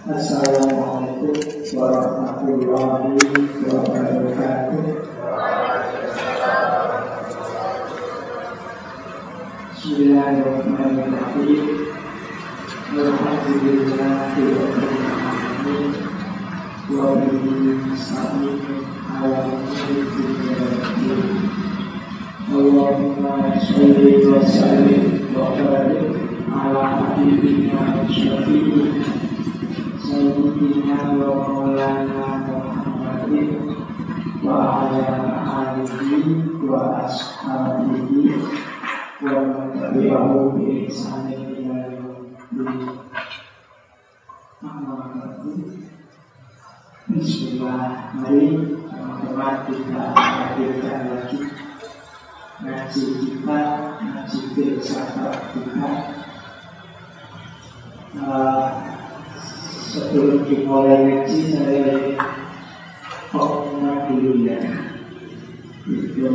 Assalamualaikum warahmatullahi wabarakatuh. Bismillahirrahmanirrahim. Alhamdulillahi rabbil alamin. Wa bihi nasta'in 'ala al-umuri. Allahumma shalli wa sallim wa barik ala habibina syafi'ina Sayyidina wa maulana Muhammadin wa ala alihi wa ashabihi wa man tabi'ahu bi ihsanin ila yaumil qiyamah. Bismillah. Mari teman-teman kita hadirkan lagi ngaji kita, ngaji filsafat kita. Sebelum dimulai ngaji, saya ngomong dulu ya. Itu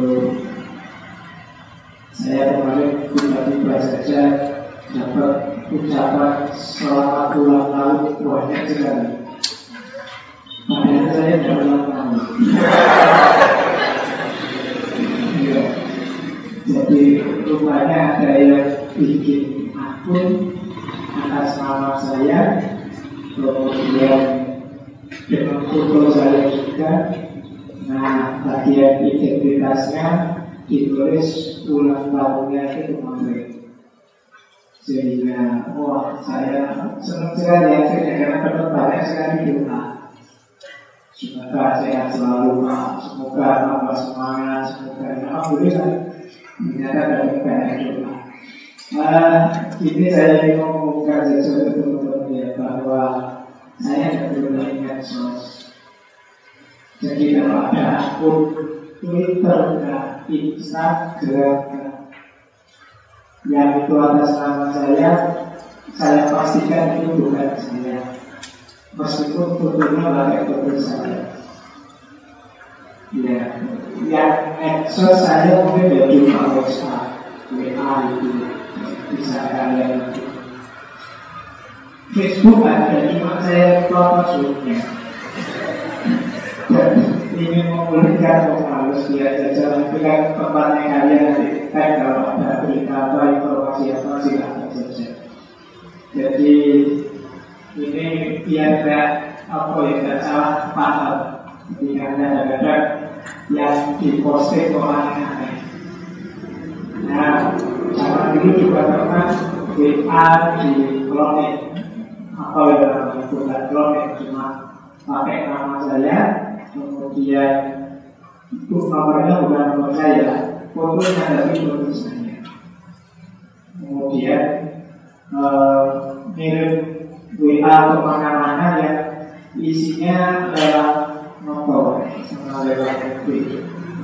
saya kemarin tiba-tiba saja dapat ucapan selamat ulang tahun banyak sekali. Padahal saya sudah ulang tahun. Ya. Jadi rupanya ada yang bikin akun atas nama saya, kemudian dengan foto saya juga. Nah, bagian identitasnya ditulis ulang tahunnya itu kemarin. Sehingga, wah, saya senang sekali akhirnya karena dapat banyak sekali doa. Semoga sehat selalu, Pak. Semoga tambah semangat. Semoga alhamdulillah ternyata dapat banyak doa. Ini saya ingin mengumumkan sesuatu teman-teman ya, bahwa saya tidak perlu lagi medsos. Jadi kalau ada akun Twitter, Instagram yang itu atas nama saya pastikan itu bukan saya. Meskipun fotonya pakai foto saya. Ya, yang medsos saya mungkin ya cuma WhatsApp, WA itu bisa kalian. Facebook ada, cuma saya fotonya. Dan ingin memulihkan harus lihat saja nanti kan tempatnya kalian nanti kan kalau ada berita atau informasi apa silakan saja. Jadi ini biar tidak tidak salah paham. Jadi kadang-kadang yang diposting orang aneh. Nah, zaman dulu juga pernah WA di cloning atau yang namanya bukan cloning, cuma pakai nama saya, kemudian itu nomornya bukan nomor saya, fotonya dari foto saya, kemudian ngirim WA kemana-mana yang isinya lewat motor sama lewat mobil.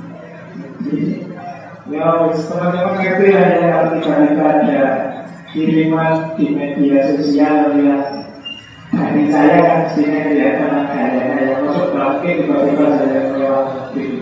Ya, teman-teman ngerti lah ya kalau tiba-tiba ada kiriman di media sosial yang dari saya kan mestinya kelihatan gaya-gaya masuk berarti tiba-tiba saya lewat mobil.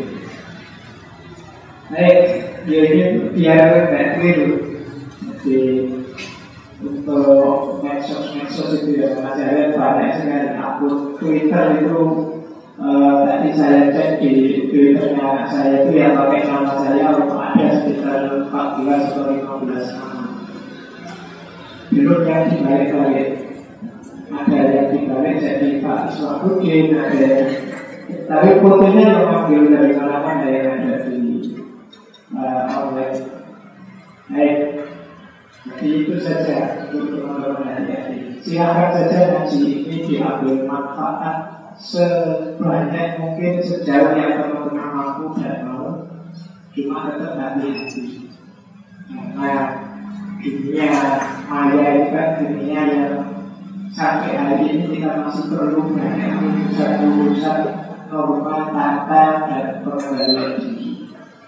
Baik, ya ini biar tidak keliru. Jadi untuk medsos itu ya, saya lihat banyak sekali akun Twitter itu. Tadi saya cek di Twitternya saya itu yang pakai nama saya ada sekitar 14 atau 15 nama. Belum yang dibalik-balik, ada yang dibalik jadi Pak Iswahuddin, ada yang, tapi fotonya memang belum dari kalangan yang ada di online. Baik, jadi itu saja untuk teman-teman hari-hari. Silakan saja ngaji ini diambil manfaat sebanyak mungkin sejauh yang teman-teman mampu dan mau. Cuma tetap hati-hati, karena dunia maya itu kan dunia yang sampai hari ini kita masih perlu banyak urusan norma, tata, dan pengendalian diri.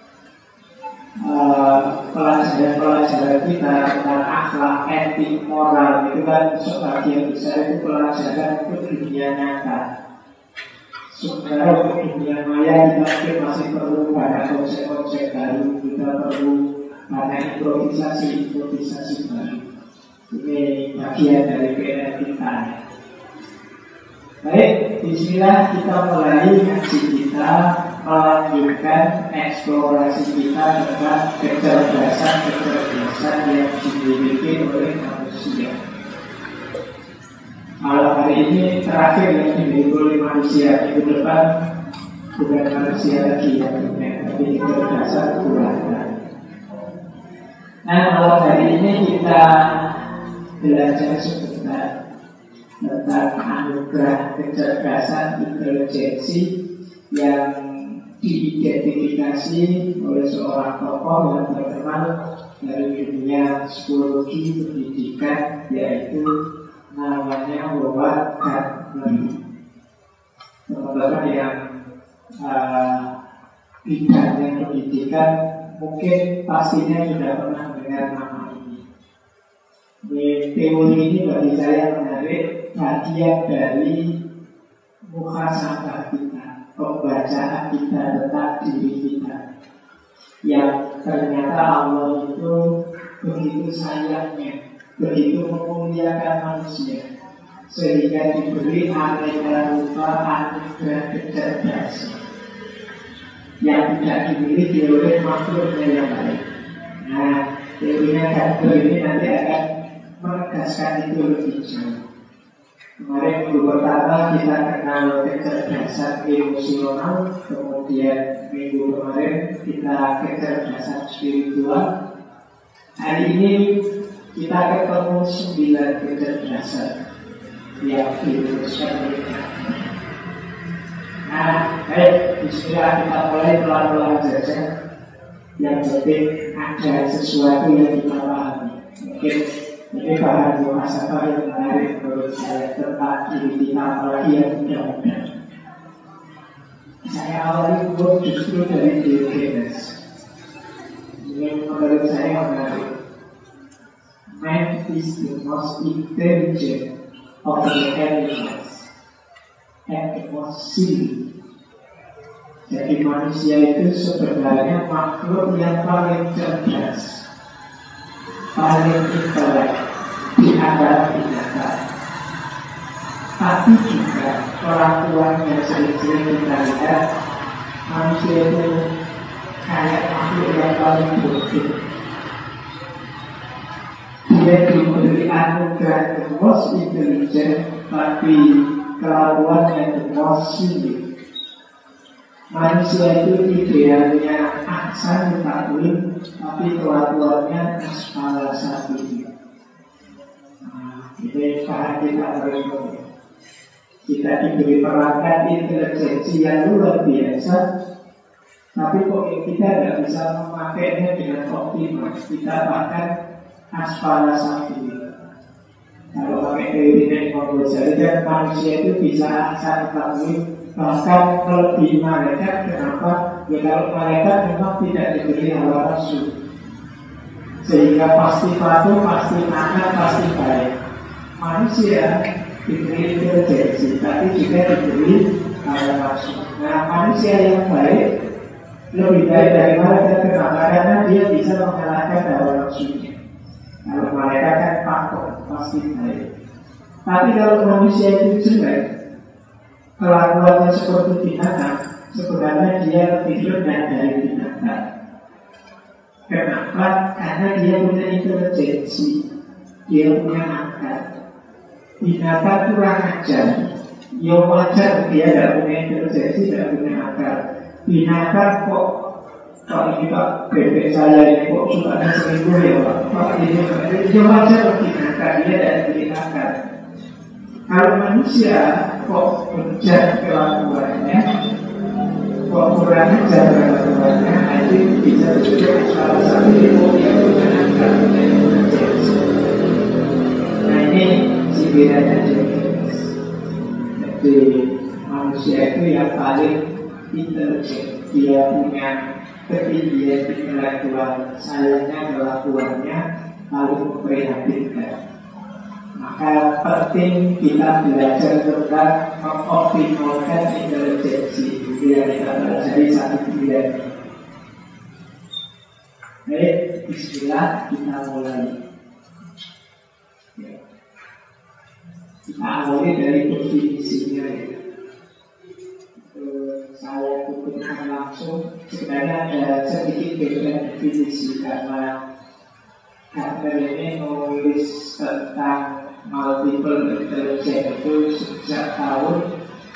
Pelajaran kita tentang akhlak, etik, moral itu kan sebagian besar itu pelajaran ke dunia nyata. Sementara untuk dunia maya kita masih perlu banyak konsep-konsep baru, kita perlu banyak improvisasi baru. Ini bagian dari PR kita. Baik, bismillah kita mulai ngaji kita, melanjutkan eksplorasi kita tentang kecerdasan yang dimiliki oleh manusia. Malam hari ini terakhir yang dimiliki oleh manusia, minggu depan bukan manusia lagi yang punya, tapi kecerdasan buatan. Nah, malam hari ini kita belajar sebentar tentang anugerah kecerdasan intelijensi yang diidentifikasi oleh seorang tokoh yang terkenal dari dunia psikologi pendidikan, yaitu namanya Howard Gardner. Teman-teman yang bidangnya pendidikan mungkin pastinya sudah pernah mendengar nama ini. Teori ini bagi saya menarik, bagian dari muhasabah kita, pembacaan kita tentang diri kita, yang ternyata Allah itu begitu sayangnya, begitu memuliakan manusia, sehingga diberi aneka rupa anugerah kecerdasan yang tidak dimiliki oleh makhluknya yang lain. Nah, teorinya Gardner ini nanti akan menegaskan itu lebih jauh. Kemarin minggu pertama kita kenal kecerdasan emosional, kemudian minggu kemarin kita kecerdasan spiritual. Hari ini kita ketemu 9 kecerdasan yang dirumuskan oleh Gardner. Nah, baik, bismillah kita mulai pelan-pelan saja. Yang penting ada sesuatu yang kita pahami. Mungkin ini bahan muhasabah yang menarik menurut saya tentang diri kita, apalagi yang muda-muda. Saya awali quote justru dari Diogenes. Ini menurut saya menarik. Man is the most intelligent of the animals and the most silly. Jadi manusia itu sebenarnya makhluk yang paling cerdas, paling intelek di antara binatang. Tapi juga kelakuan yang sering-sering kita lihat, manusia itu kayak makhluk yang paling bodoh. Dia diberi anugerah the most intelligent, tapi kelakuannya the most silly. Manusia itu idealnya ahsan takwim, tapi kelakuannya asfala safilin. Ini bahan kita berikutnya. Kita diberi perangkat intelijensi yang luar biasa, tapi kok kita tidak bisa memakainya dengan optimal. Kita bahkan asfala safilin. Kalau pakai teori Imam Ghazali kan manusia itu bisa ahsan takwim, bahkan melebihi malaikat. Kenapa? Ya kalau malaikat memang tidak diberi hawa nafsu, sehingga pasti patuh, pasti taat, pasti baik. Manusia diberi intelijensi, tapi juga diberi hawa nafsu. Nah, manusia yang baik lebih baik dari malaikat. Kenapa? Karena dia bisa mengalahkan hawa nafsunya. Kalau malaikat kan patuh, pasti baik. Tapi kalau manusia itu jelek, kelakuannya seperti binatang, sebenarnya dia lebih rendah dari binatang. Kenapa? Karena dia punya intelijensi, dia punya akal. Binatang kurang ajar, ya wajar dia tidak punya intelijensi, tidak punya akal. Binatang kok ini Pak, bebek saya ini kok sukanya selingkuh ya Pak, ini ya wajar binatang, dia tidak punya akal. Kalau manusia kok bejat kelakuannya, kok kurang ajar kelakuannya, itu bisa juga salah satu ilmu yang menggunakan. Nah ini si bedanya jenis. Jadi manusia itu yang paling intelijen, dia punya ketinggian intelektual, sayangnya kelakuannya paling memprihatinkan. Maka penting kita belajar tentang mengoptimalkan intelijensi. Itu yang kita pelajari satu bulan. Baik, bismillah kita mulai. Kita awali dari definisinya ya. Saya kutipkan langsung. Sebenarnya ada sedikit beda definisi karena Gardner ini nulis tentang multiple intelligence itu sejak tahun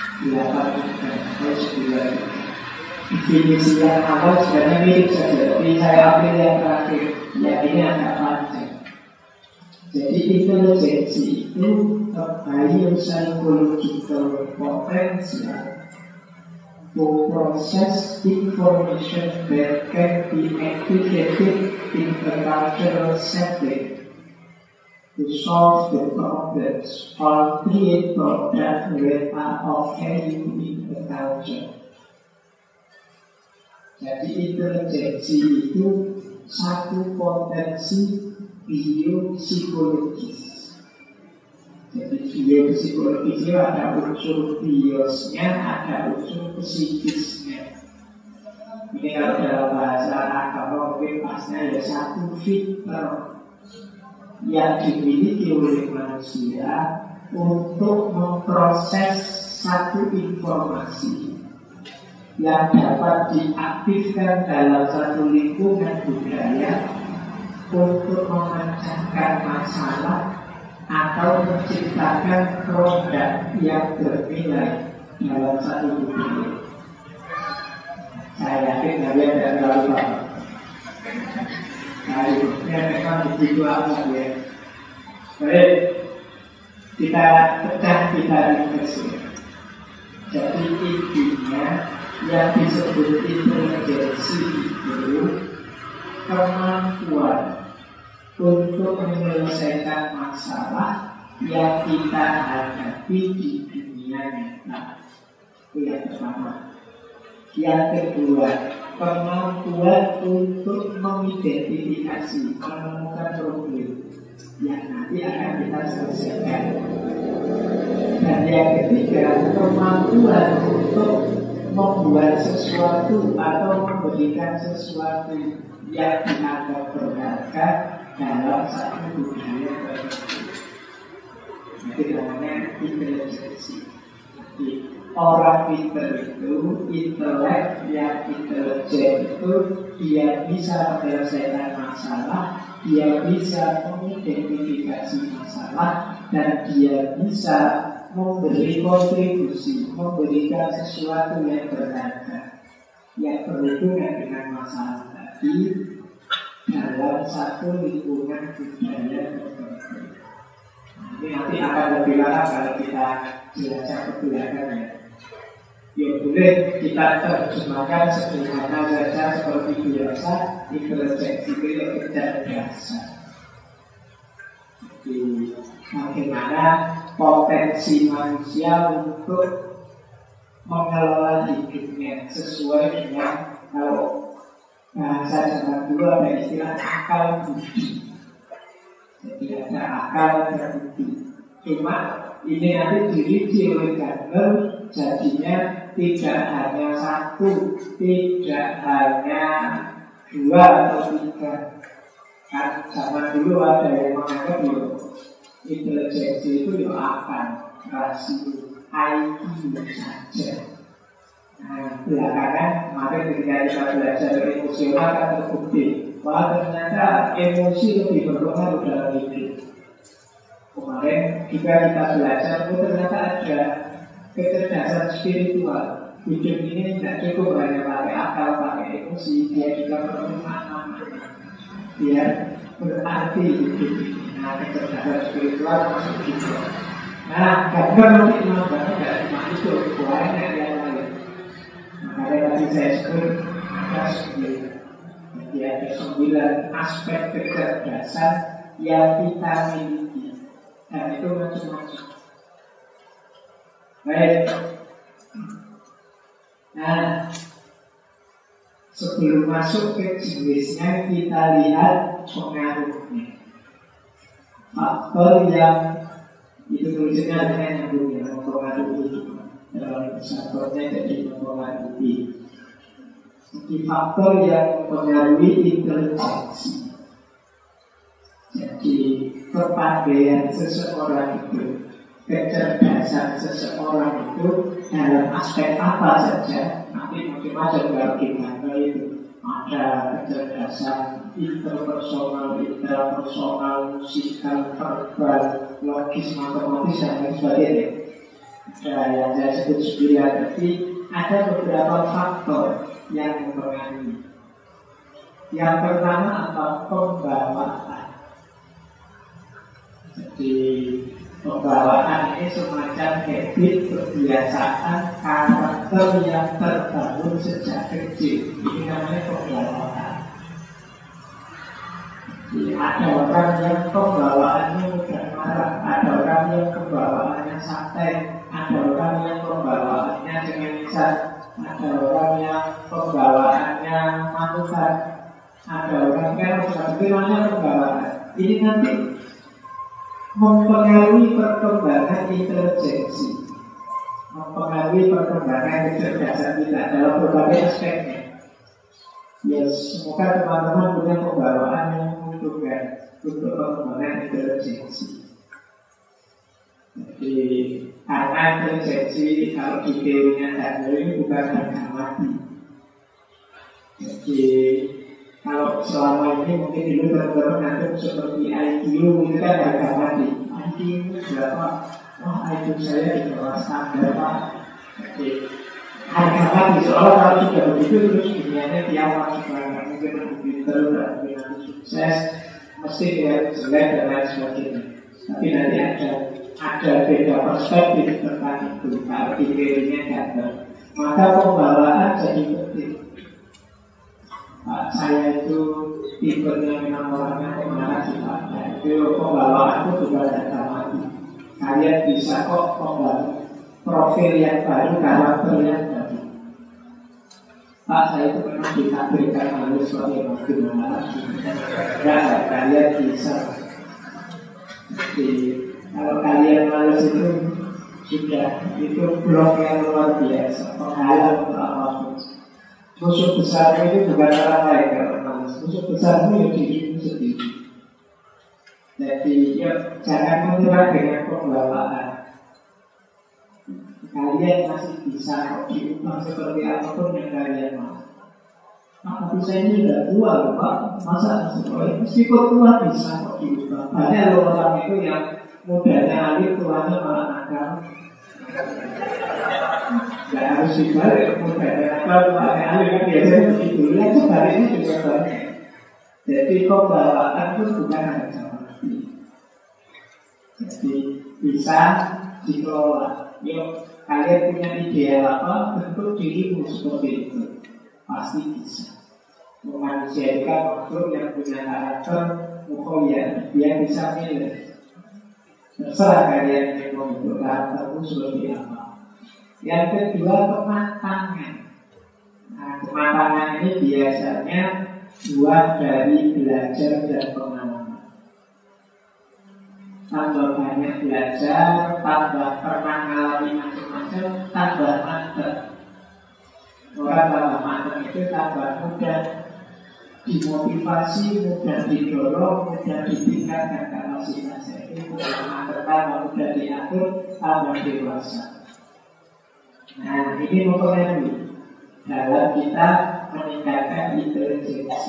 1989. Definisi yang awal sebenarnya mirip saja, tapi saya ambil yang terakhir. Yang ini agak panjang. Jadi intelijensi itu biopsychological potential to process information that can be activated in a cultural setting to solve the problems or create products that are of value in a culture. Jadi intelijensi itu satu potensi biopsikologis. Jadi biopsikologis itu ada unsur biosnya, ada unsur psikisnya. Ini kalau dalam bahasa agama mungkin pasnya ada satu fitrah yang dimiliki oleh manusia untuk memproses satu informasi yang dapat diaktifkan dalam satu lingkungan budaya untuk memecahkan masalah atau menciptakan produk yang bernilai dalam satu budaya. Saya yakin kalian tidak terlalu paham. Nah, memang begitu amat ya. Baik, kita pecah, kita ringkas. Jadi intinya yang disebut intelijensi itu kemampuan untuk menyelesaikan masalah yang kita hadapi di dunia nyata. Itu yang pertama. Yang kedua, kemampuan untuk mengidentifikasi, menemukan problem yang nanti akan kita selesaikan. Dan yang ketiga, kemampuan untuk membuat sesuatu atau memberikan sesuatu yang dianggap berharga dalam satu budaya tertentu. Jadi namanya intelijensi. Jadi orang pintar itu, intelek yang intelijen itu, dia bisa menyelesaikan masalah, dia bisa mengidentifikasi masalah, dan dia bisa memberi kontribusi, memberikan sesuatu yang berharga yang berhubungan dengan masalah tadi dalam satu lingkungan budaya tertentu. Ini nanti akan lebih lama kalau kita belajar kebelakangan. Ya boleh kita terjemahkan sederhana saja seperti biasa, intelijensi itu yang kecerdasan. Jadi bagaimana potensi manusia untuk mengelola hidupnya sesuai dengan, kalau bahasa zaman dulu ada istilah akal budi. Jadi ada akal dan budi. Cuma ini nanti dirinci oleh Gardner, jadinya tidak hanya satu, tidak hanya dua atau tiga. Kan zaman dulu ada yang menganggap intelijensi itu ya akan rasio IQ saja. Nah, belakangan kemarin ketika kita belajar emosional kan terbukti bahwa ternyata emosi lebih berpengaruh dalam hidup. Kemarin juga kita belajar bahwa ternyata ada kecerdasan spiritual. Hidup ini tidak cukup hanya pakai akal, pakai emosi, dia juga perlu makna. Biar berarti hidup ini. Nah, kecerdasan spiritual masuk juga. Nah, Gardner nanti menambahkan tidak cuma itu, banyak yang lain. Makanya tadi saya sebut ada 9. Jadi ada 9 aspek kecerdasan yang kita miliki. Dan itu macam-macam. Baik. Nah, sebelum masuk ke jenisnya, kita lihat pengaruhnya. Faktor yang itu tulisannya hanya nyambung ya, mempengaruhi. Dalam faktornya jadi mempengaruhi. Jadi faktor yang mempengaruhi intelijensi. Jadi kepandaian seseorang itu kecerdasan seseorang itu dalam aspek apa saja. Nanti macam-macam kalau kita itu ada kecerdasan interpersonal, intrapersonal, musikal, verbal, logis, matematis, dan lain sebagainya. Ada yang saya sebut 9. Jadi ada beberapa faktor yang mempengaruhi. Yang pertama apa? Pembawaan. Jadi pembawaan ini semacam habit, kebiasaan, karakter yang terbangun sejak kecil. Ini namanya pembawaan. Jadi ada orang yang pembawaannya mudah marah, ada orang yang pembawaannya santai, ada orang yang pembawaannya dengan lisan, ada orang yang pembawaannya manuver, ada orang yang sebagainya pembawaan. Ini nanti mempengaruhi perkembangan intelijensi, mempengaruhi perkembangan kecerdasan kita dalam berbagai aspeknya. Ya, semoga teman-teman punya pembawaan yang menguntungkan untuk perkembangan intelijensi. Jadi, karena intelijensi kalau di teorinya Daniel ini bukan harga mati. Jadi, kalau selama ini mungkin dulu teman-teman nanti seperti IQ itu kan harga mati. IQ itu berapa? Wah, IQ saya di bawah standar, Pak. Jadi harga mati. Soalnya kalau tidak begitu terus dunianya kiamat sebenarnya. Mungkin lebih pintar, mungkin nanti sukses, mesti dia jelek dan lain sebagainya. Tapi nanti ada beda perspektif tentang itu. Kalau di teorinya gagal, maka pembawaan jadi penting. Saya itu tipenya memang orangnya pemarah sifatnya. Itu pembawaan itu juga harga mati. Kalian bisa kok membangun profil yang baru, karakter yang baru. Pak, saya itu memang ditakdirkan harus sebagai bagaimana. Enggak, kalian bisa. Jadi, kalau kalian malas itu sudah, itu blok yang luar biasa, penghalang untuk apapun. Musuh besar itu bukan orang lain kalau malas. Musuh besar itu ya dirimu sendiri. Jadi ya jangan menyerah dengan pembawaan. Kalian masih bisa kok diubah seperti apapun yang kalian mau. Tapi saya ini sudah tua loh Pak. Masa meskipun tua bisa kok diubah. Banyak loh orang itu yang mudanya alim, tuanya malah nakal. Gak harus dibalik, mudanya nakal, tuanya alim kan biasanya begitu. Ya sebaliknya juga banyak. Jadi pembawaan itu bukan hanya mati. Jadi bisa dikelola. Yuk kalian punya ideal apa, bentuk dirimu seperti itu. Pasti bisa. Memanusiakan makhluk yang punya karakter mukhoya, dia bisa milih. Terserah kalian yang membentuk karaktermu seperti apa. Yang kedua, kematangan. Nah, kematangan ini biasanya buah dari belajar dan pengalaman. Tambah banyak belajar, tambah pernah ngalami macam-macam, tambah mantap. Orang tambah mantap itu tambah mudah dimotivasi, mudah didorong, mudah ditingkatkan kapasitasnya. Itu tambah mudah diatur, tambah dewasa. Nah, ini mempengaruhi dalam kita meningkatkan intelijensi.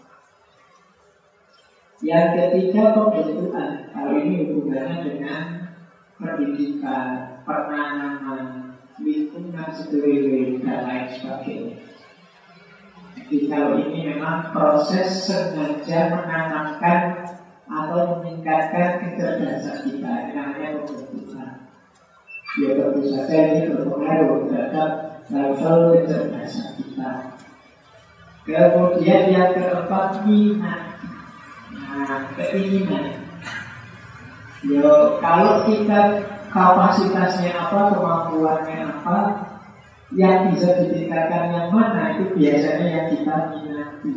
Yang ketiga, pembentukan. Kalau ini hubungannya dengan pendidikan, penanaman, lingkungan sekeliling dan lain sebagainya. Jadi kalau ini memang proses sengaja menanamkan atau meningkatkan kecerdasan kita, ini namanya pembentukan. Ya tentu saja ini berpengaruh terhadap level kecerdasan kita. Kemudian yang keempat, minat. Nah, keinginan. Yo, kalau kita kapasitasnya apa, kemampuannya apa, yang bisa ditingkatkan yang mana, itu biasanya yang kita minati.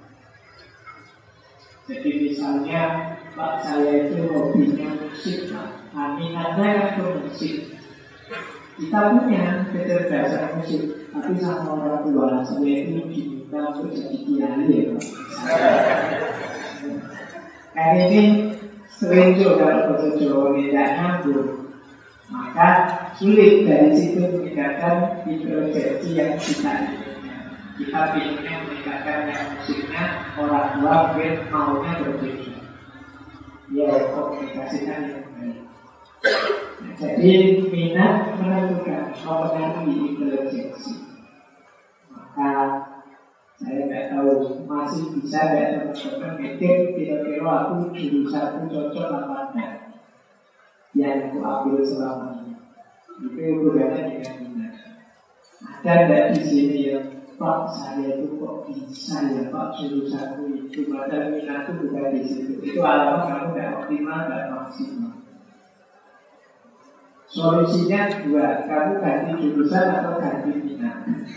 Jadi misalnya, Pak saya itu hobinya musik, Pak. Nah, minatnya kan ke musik. Kita punya kecerdasan musik, tapi sama orang tua saya itu diminta untuk jadi kiai ya, Pak. Ini sering juga kalau bahasa Jawa tidak nyambung. Maka sulit dari situ meningkatkan intelijensi yang kita inginkan. Kita inginnya meningkatkan yang musiknya, orang tua mungkin maunya berbeda. Ya, komunikasikan yang baik. Nah, jadi minat menentukan, mempengaruhi intelijensi. Maka saya nggak tahu masih bisa nggak teman-teman mikir kira-kira aku jurusanku cocok apa enggak yang aku ambil selama ini. Itu hubungannya dengan minat. Ada nggak di sini yang Pak saya itu kok bisa ya Pak jurusanku itu padahal minatku bukan di situ. Itu alamat kamu nggak optimal, nggak maksimal. Solusinya dua, kamu ganti jurusan atau ganti minat.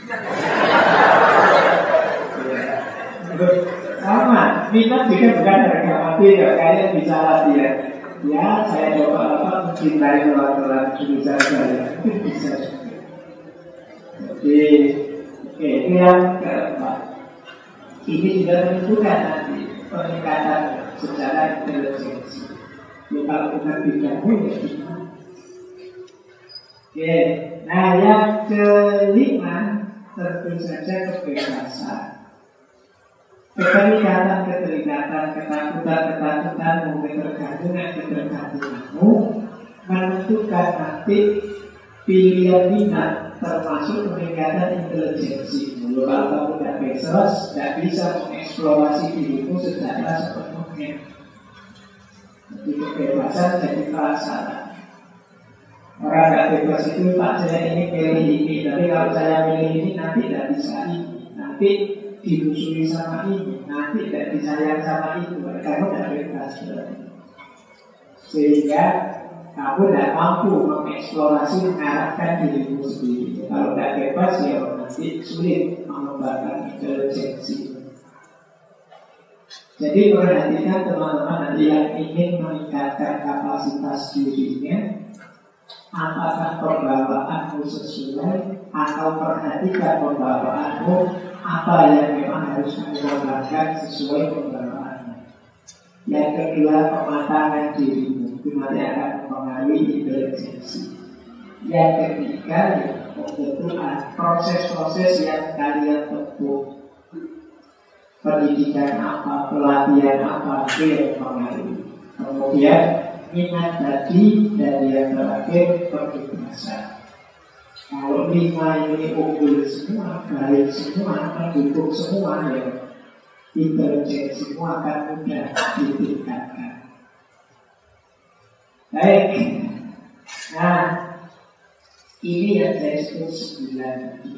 Sama, minat juga bukan harga mati ya, kayak bisa latihan. Ya, saya coba mencintai teman-teman jurusan saya, itu bisa juga. Jadi, oke, itu yang keempat. Ini juga menentukan nanti peningkatan secara intelijensi. Ya, kalau bukan bidangmu ya gimana? Oke, nah yang kelima tentu saja kebebasan. Keterikatan, ketakutan, mungkin ketergantunganmu menentukan nanti pilihan minat termasuk peningkatan intelijensimu. Kalau kamu tidak bebas, tidak bisa mengeksplorasi dirimu secara sepenuhnya. Jadi kebebasan jadi prasyarat. Orang tidak bebas itu tak saya ini pilih ini, tapi kalau saya pilih ini nanti tidak bisa ini, nanti dimusuhi sama ini, nanti tidak disayang sama itu. Kamu tidak bebas berarti. Sehingga kamu tidak mampu mengeksplorasi, mengarahkan dirimu sendiri. Kalau tidak bebas ya nanti sulit mengembangkan intelijensi. Jadi perhatikan teman-teman nanti yang ingin meningkatkan kapasitas dirinya. Apakah pembawaanmu sesuai atau perhatikan pembawaanmu apa yang memang harus kamu kembangkan sesuai pembawaanmu. Yang kedua, pematangan dirimu itu nanti akan mempengaruhi intelijensi. Yang ketiga, pembentukan proses-proses yang kalian tempuh. Pendidikan apa, pelatihan apa, itu yang mempengaruhi. Kemudian minat tadi dan yang terakhir kebebasan. Kalau lima ini unggul semua, baik semua, mendukung semua ya, intelijensi semua akan mudah ditingkatkan. Baik, nah ini yang saya sebut 9 tadi.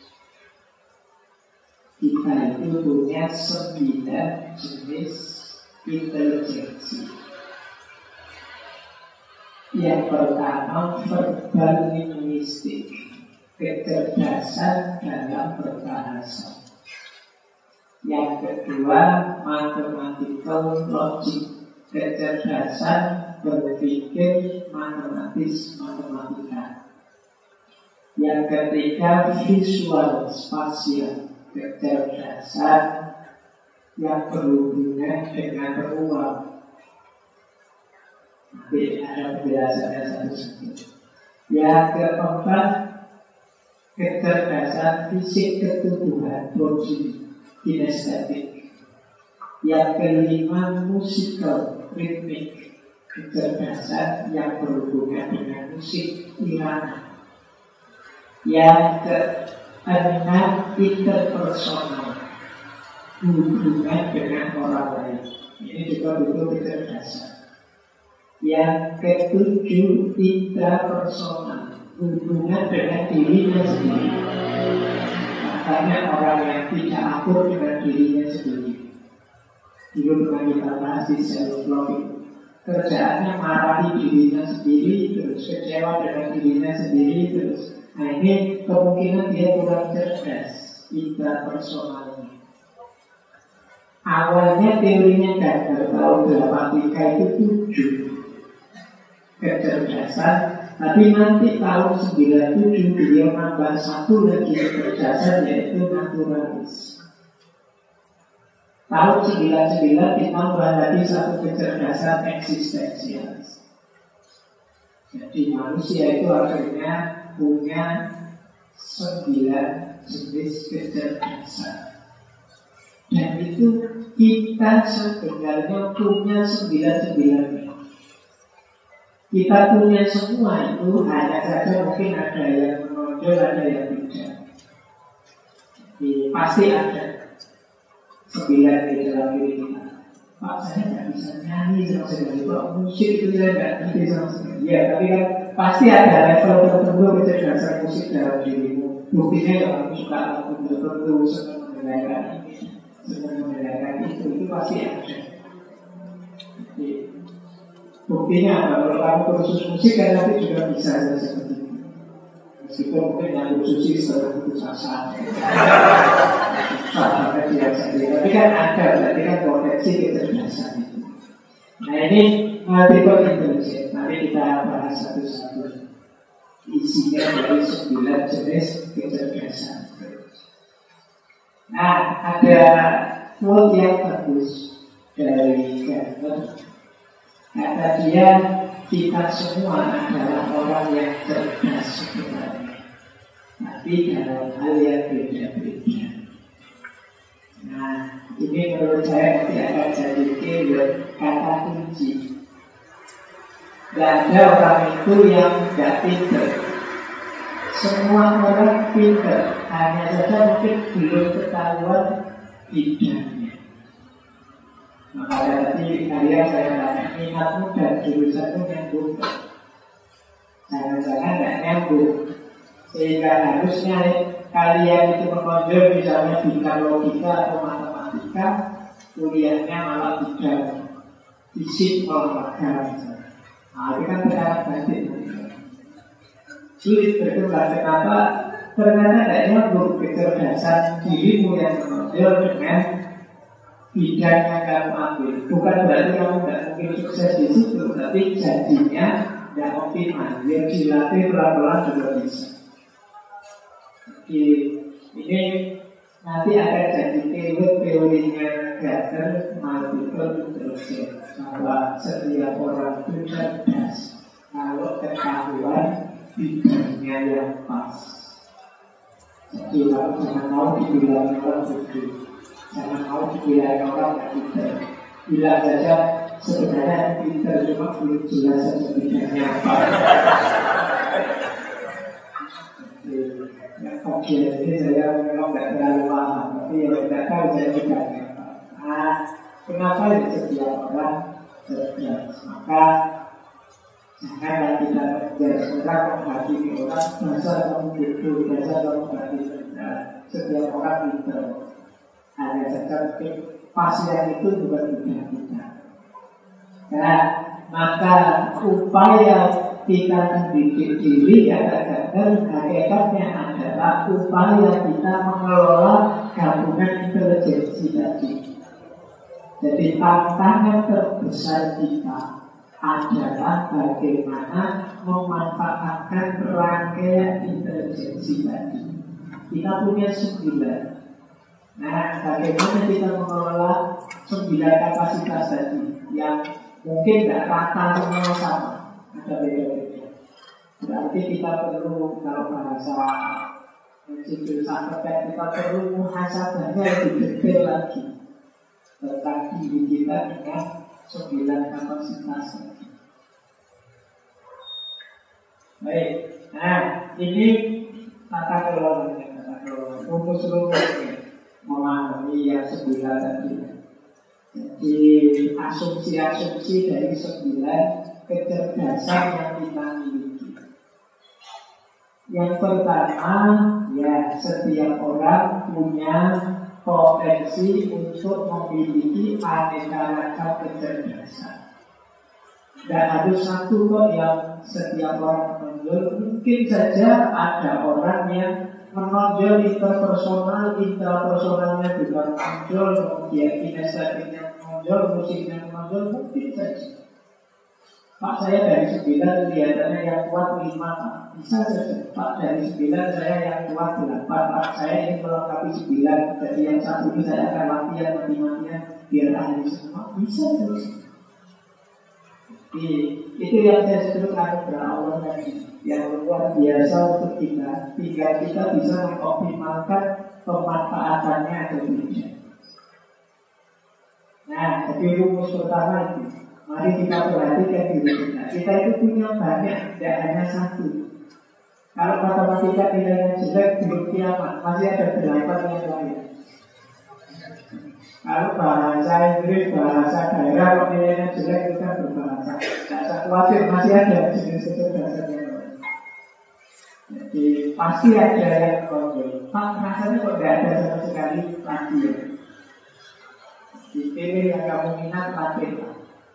Kita itu punya 9 jenis intelijensi. Yang pertama, verbal linguistik, kecerdasan dalam berbahasa. Yang kedua, mathematical logic, kecerdasan berpikir matematis matematika. Yang ketiga, visual spasial, kecerdasan yang berhubungan dengan ruang. Nanti ada penjelasannya satu-satu. Yang keempat, kecerdasan fisik ketubuhan, body kinestetik. Yang kelima, musical ritmik, kecerdasan yang berhubungan dengan musik irama. Yang keenam, interpersonal, hubungan dengan orang lain. Ini juga butuh kecerdasan. Yang ketujuh, intrapersonal, hubungan dengan dirinya sendiri. Makanya orang yang tidak akur dengan dirinya sendiri. Dulu pernah kita bahas di self-love. Kerjaannya marahi dirinya sendiri, terus kecewa dengan dirinya sendiri, terus. Nah ini kemungkinan dia kurang cerdas, intrapersonalnya. Awalnya teorinya gagal, kalau gramatika itu 7 kecerdasan, tapi nanti tahun 97 dia nambah 1 lagi kecerdasan, yaitu naturalis. Tahun 99 ditambah lagi 1 kecerdasan eksistensialis. Jadi manusia itu akhirnya punya 9 jenis kecerdasan. Dan itu kita sebenarnya punya 9-9. Kita punya semua itu, hanya saja mungkin ada yang menonjol, ada yang tidak. Jadi pasti ada 9 di dalam diri kita. Pak, saya tidak bisa nyanyi sama sekali. Pak, musik itu saya tidak ngerti sama sekali. Ya, tapi kan pasti ada level tertentu kecerdasan musik dalam dirimu. Buktinya kalau kamu suka lagu tertentu, senang mendengarkan ini, senang mendengarkan itu pasti ada. Jadi, buktinya apa? Kalau kamu kursus musik kan nanti juga bisa seperti itu. Meskipun mungkin yang kursus seperti itu sasar. Tapi kan ada, berarti kan potensi kecerdasan itu. Nah ini multiple intelligence. Mari kita bahas satu-satu isinya dari 9 jenis kecerdasan. Nah ada quote yang bagus dari Gardner. Kata dia, kita semua adalah orang yang cerdas sebenarnya, tapi dalam hal yang beda-beda. Nah, ini menurut saya nanti akan jadi keyword, kata kunci. Tidak ada orang itu yang tidak pintar. Semua orang pintar, hanya saja mungkin belum ketahuan bidangnya. Maka tadi kalian saya tanya, minatmu dan jurusanmu nyambung. Jangan-jangan tidak nyambung. Sehingga harusnya kalian itu menonjol misalnya bidang logika atau matematika, kuliahnya malah bidang fisik olahraga misalnya. Nah, itu kan tekanan batin. Sulit berkembang. Kenapa? Ternyata tidak nyambung kecerdasan dirimu yang menonjol dengan bidang yang kamu ambil. Bukan berarti kamu tidak mungkin sukses di situ, tapi jadinya tidak optimal. Biar dilatih pelan-pelan juga bisa. Jadi ini nanti akan jadi teorinya Gardner multiple intelligence, bahwa setiap orang itu cerdas kalau ketahuan bidangnya yang pas. Jadi kamu jangan mau dibilang orang bodoh, jangan mau dibilang orang tidak pintar. Bilang saja sebenarnya pintar, cuma belum jelas saja bidangnya apa. Yang bagian ini saya memang tidak terlalu paham, tapi yang tidak tahu saya juga tidak paham. Nah, kenapa ya setiap orang cerdas? Maka janganlah kita kerja seorang menghakimi orang, bahasa kamu bodoh, bahasa kamu tidak pintar. Setiap orang pintar. Hanya saja mungkin pasien itu bukan bidang kita. Nah, maka upaya kita mendidik diri kadang-kadang hakikatnya adalah upaya kita mengelola gabungan intelijensi tadi. Jadi tantangan terbesar kita adalah bagaimana memanfaatkan rangkaian intelijensi tadi. Kita punya 9. Nah, bagaimana kita mengelola 9 kapasitas tadi yang mungkin tidak rata semua sama, ada beda-beda. Berarti kita perlu, kalau bahasa filsafat kita perlu muhasabahnya lebih detail lagi tentang diri kita dengan 9 kapasitas tadi. Baik, nah ini tata kelolanya, rumus-rumusnya memahami yang 9 tadi. Jadi asumsi-asumsi dari 9 kecerdasan yang kita miliki. Yang pertama, ya setiap orang punya potensi untuk memiliki aneka ragam kecerdasan. Dan harus satu kok yang setiap orang menonjol. Mungkin saja ada orang yang menonjol interpersonal, intrapersonalnya juga menonjol, kemudian kinestetiknya menonjol, musiknya menonjol, mungkin saja. Pak, saya dari 9 kelihatannya yang kuat 5, Pak. Bisa saja. Pak, dari 9 saya yang kuat 8, Pak. Saya ingin melengkapi 9. Jadi yang satu ini saya akan latihan mati-matian biar ahli semua. Bisa saja. Itu yang saya sebut anugerah Allah tadi, yang luar biasa untuk kita, sehingga kita bisa mengoptimalkan pemanfaatannya atau tidak. Nah, jadi rumus pertama itu, mari kita perhatikan diri kita. Kita itu punya banyak, tidak hanya satu. Kalau matematika nilainya jelek, belum kiamat, masih ada 8 yang lain. Kalau bahasa Inggris, bahasa daerah, kalau nilainya jelek, itu kan berbahasa. Tidak usah khawatir, masih ada jenis kecerdasan yang lain. Jadi pasti ada yang konjol. Pak, rasanya kok tidak ada sama sekali lagi ya. Dipilih yang kamu minat, latih.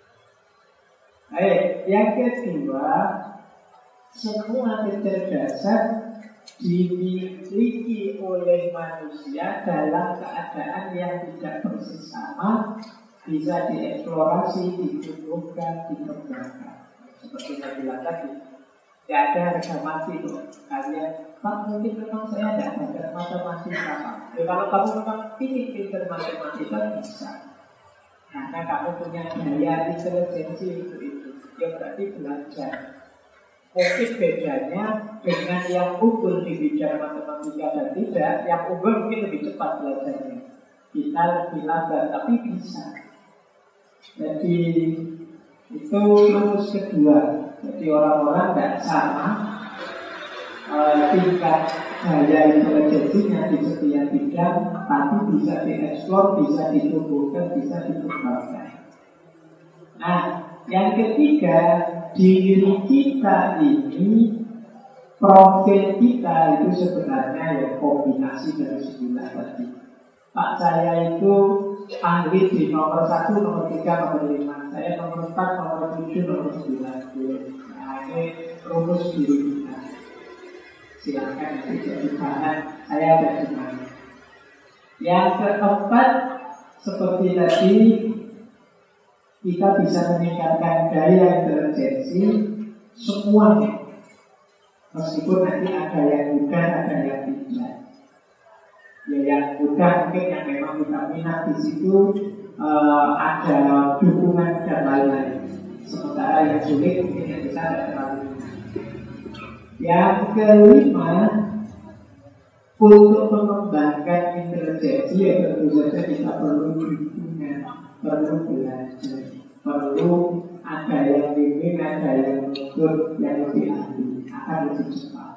Baik, yang kedua, semua kecerdasan dimiliki oleh manusia dalam keadaan yang tidak persis sama, bisa dieksplorasi, ditumbuhkan, dikembangkan. Seperti yang bilang tadi, tidak ada harga mati kok. Kalian, Pak, mungkin memang saya tidak bakat matematika. Kalau kamu memang ingin pintar matematika, bisa. Karena kamu punya daya intelijensi itu. Ya berarti belajar. Mungkin bedanya dengan yang unggul di bidang matematika dan tidak, yang unggul mungkin lebih cepat belajarnya. Kita lebih lambat, tapi bisa. Jadi itu rumus kedua. Jadi orang-orang tidak sama tingkat daya intelijensinya di setiap bidang, tapi bisa dieksplor, bisa ditumbuhkan, bisa dikembangkan. Nah, yang ketiga, diri kita ini, profil kita itu sebenarnya ya kombinasi dari 9 tadi. Pak, saya itu ahli di nomor 1, nomor 3, nomor 5. Saya nomor 4, nomor 7, nomor 9. Nah, ini rumus diri kita. Silakan nanti jadi bahan saya ada di mana. Yang keempat, seperti tadi, kita bisa meningkatkan daya intelijensi semuanya. Meskipun nanti ada yang mudah, ada yang tidak. Ya, yang mudah mungkin yang memang kita minat di situ ada dukungan dan lain-lain. Sementara yang sulit mungkin yang bisa ada terlalu. Yang kelima, untuk mengembangkan intelijensi ya tentu saja kita perlu dukungan, perlu belajar, perlu ada yang bimbing, ada yang menuntut, yang lebih ahli, akan lebih cepat.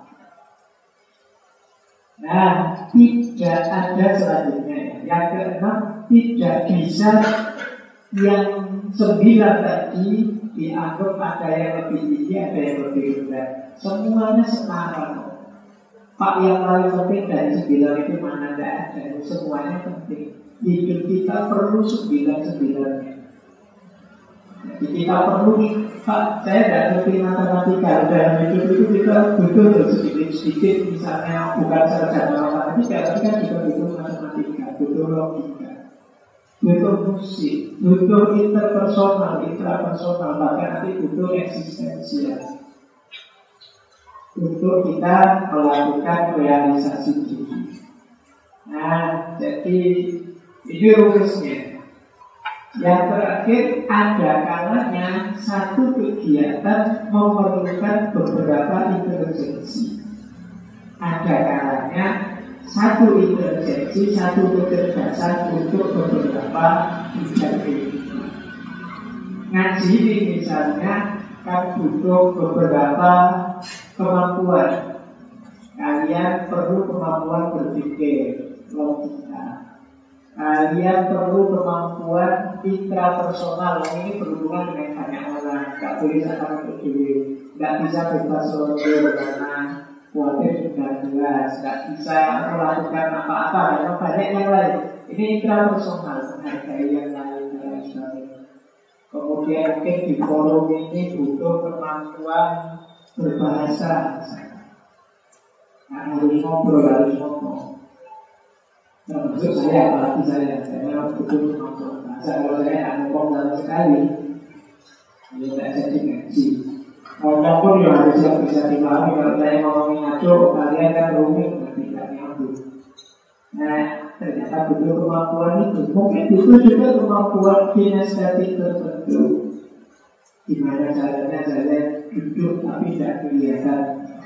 Nah, tidak ada selanjutnya. Yang keenam, tidak bisa yang 9 tadi dianggap ada yang lebih tinggi, ada yang lebih rendah. Semuanya setara. Pak, yang paling penting dari 9 itu mana? Tidak ada. Semuanya penting. Hidup kita perlu 9-9-nya. Jadi kita perlu, Pak, saya tidak ngerti matematika. Dalam hidup itu kita butuh sedikit-sedikit, misalnya bukan sarjana matematika, tapi kan juga butuh matematika, butuh logika, butuh musik, butuh interpersonal, intrapersonal, bahkan nanti butuh eksistensial untuk kita melakukan realisasi diri. Nah, jadi ini rumusnya. Yang terakhir, ada kalanya satu kegiatan memerlukan beberapa intelijensi. Ada kalanya satu intelijensi, satu kecerdasan untuk beberapa bidang kehidupan. Ngaji ini misalnya kan butuh beberapa kemampuan. Kalian perlu kemampuan berpikir logika. Kalian perlu kemampuan intrapersonal. Ini berhubungan dengan banyak orang. Gak boleh sama untuk diri. Gak bisa bebas lonjor karena khawatir sudah jelas. Gak bisa melakukan apa-apa karena banyak yang lain. Ini intrapersonal, menghargai yang lain dan sebagainya. Kemudian mungkin di forum ini butuh kemampuan berbahasa. Nah, harus ngobrol. Termasuk saya, apalagi saya memang betul ngomong bahasa. Kalau saya tak ngomong sama sekali, ya tidak jadi ngaji. Ngomong pun ya harus yang bisa dipahami. Kalau saya ngomongin ngaco, kalian kan rumit, tidak nyambung. Nah, ternyata butuh kemampuan itu. Mungkin butuh juga kemampuan kinestetik tertentu. Gimana caranya saya duduk tapi tidak kelihatan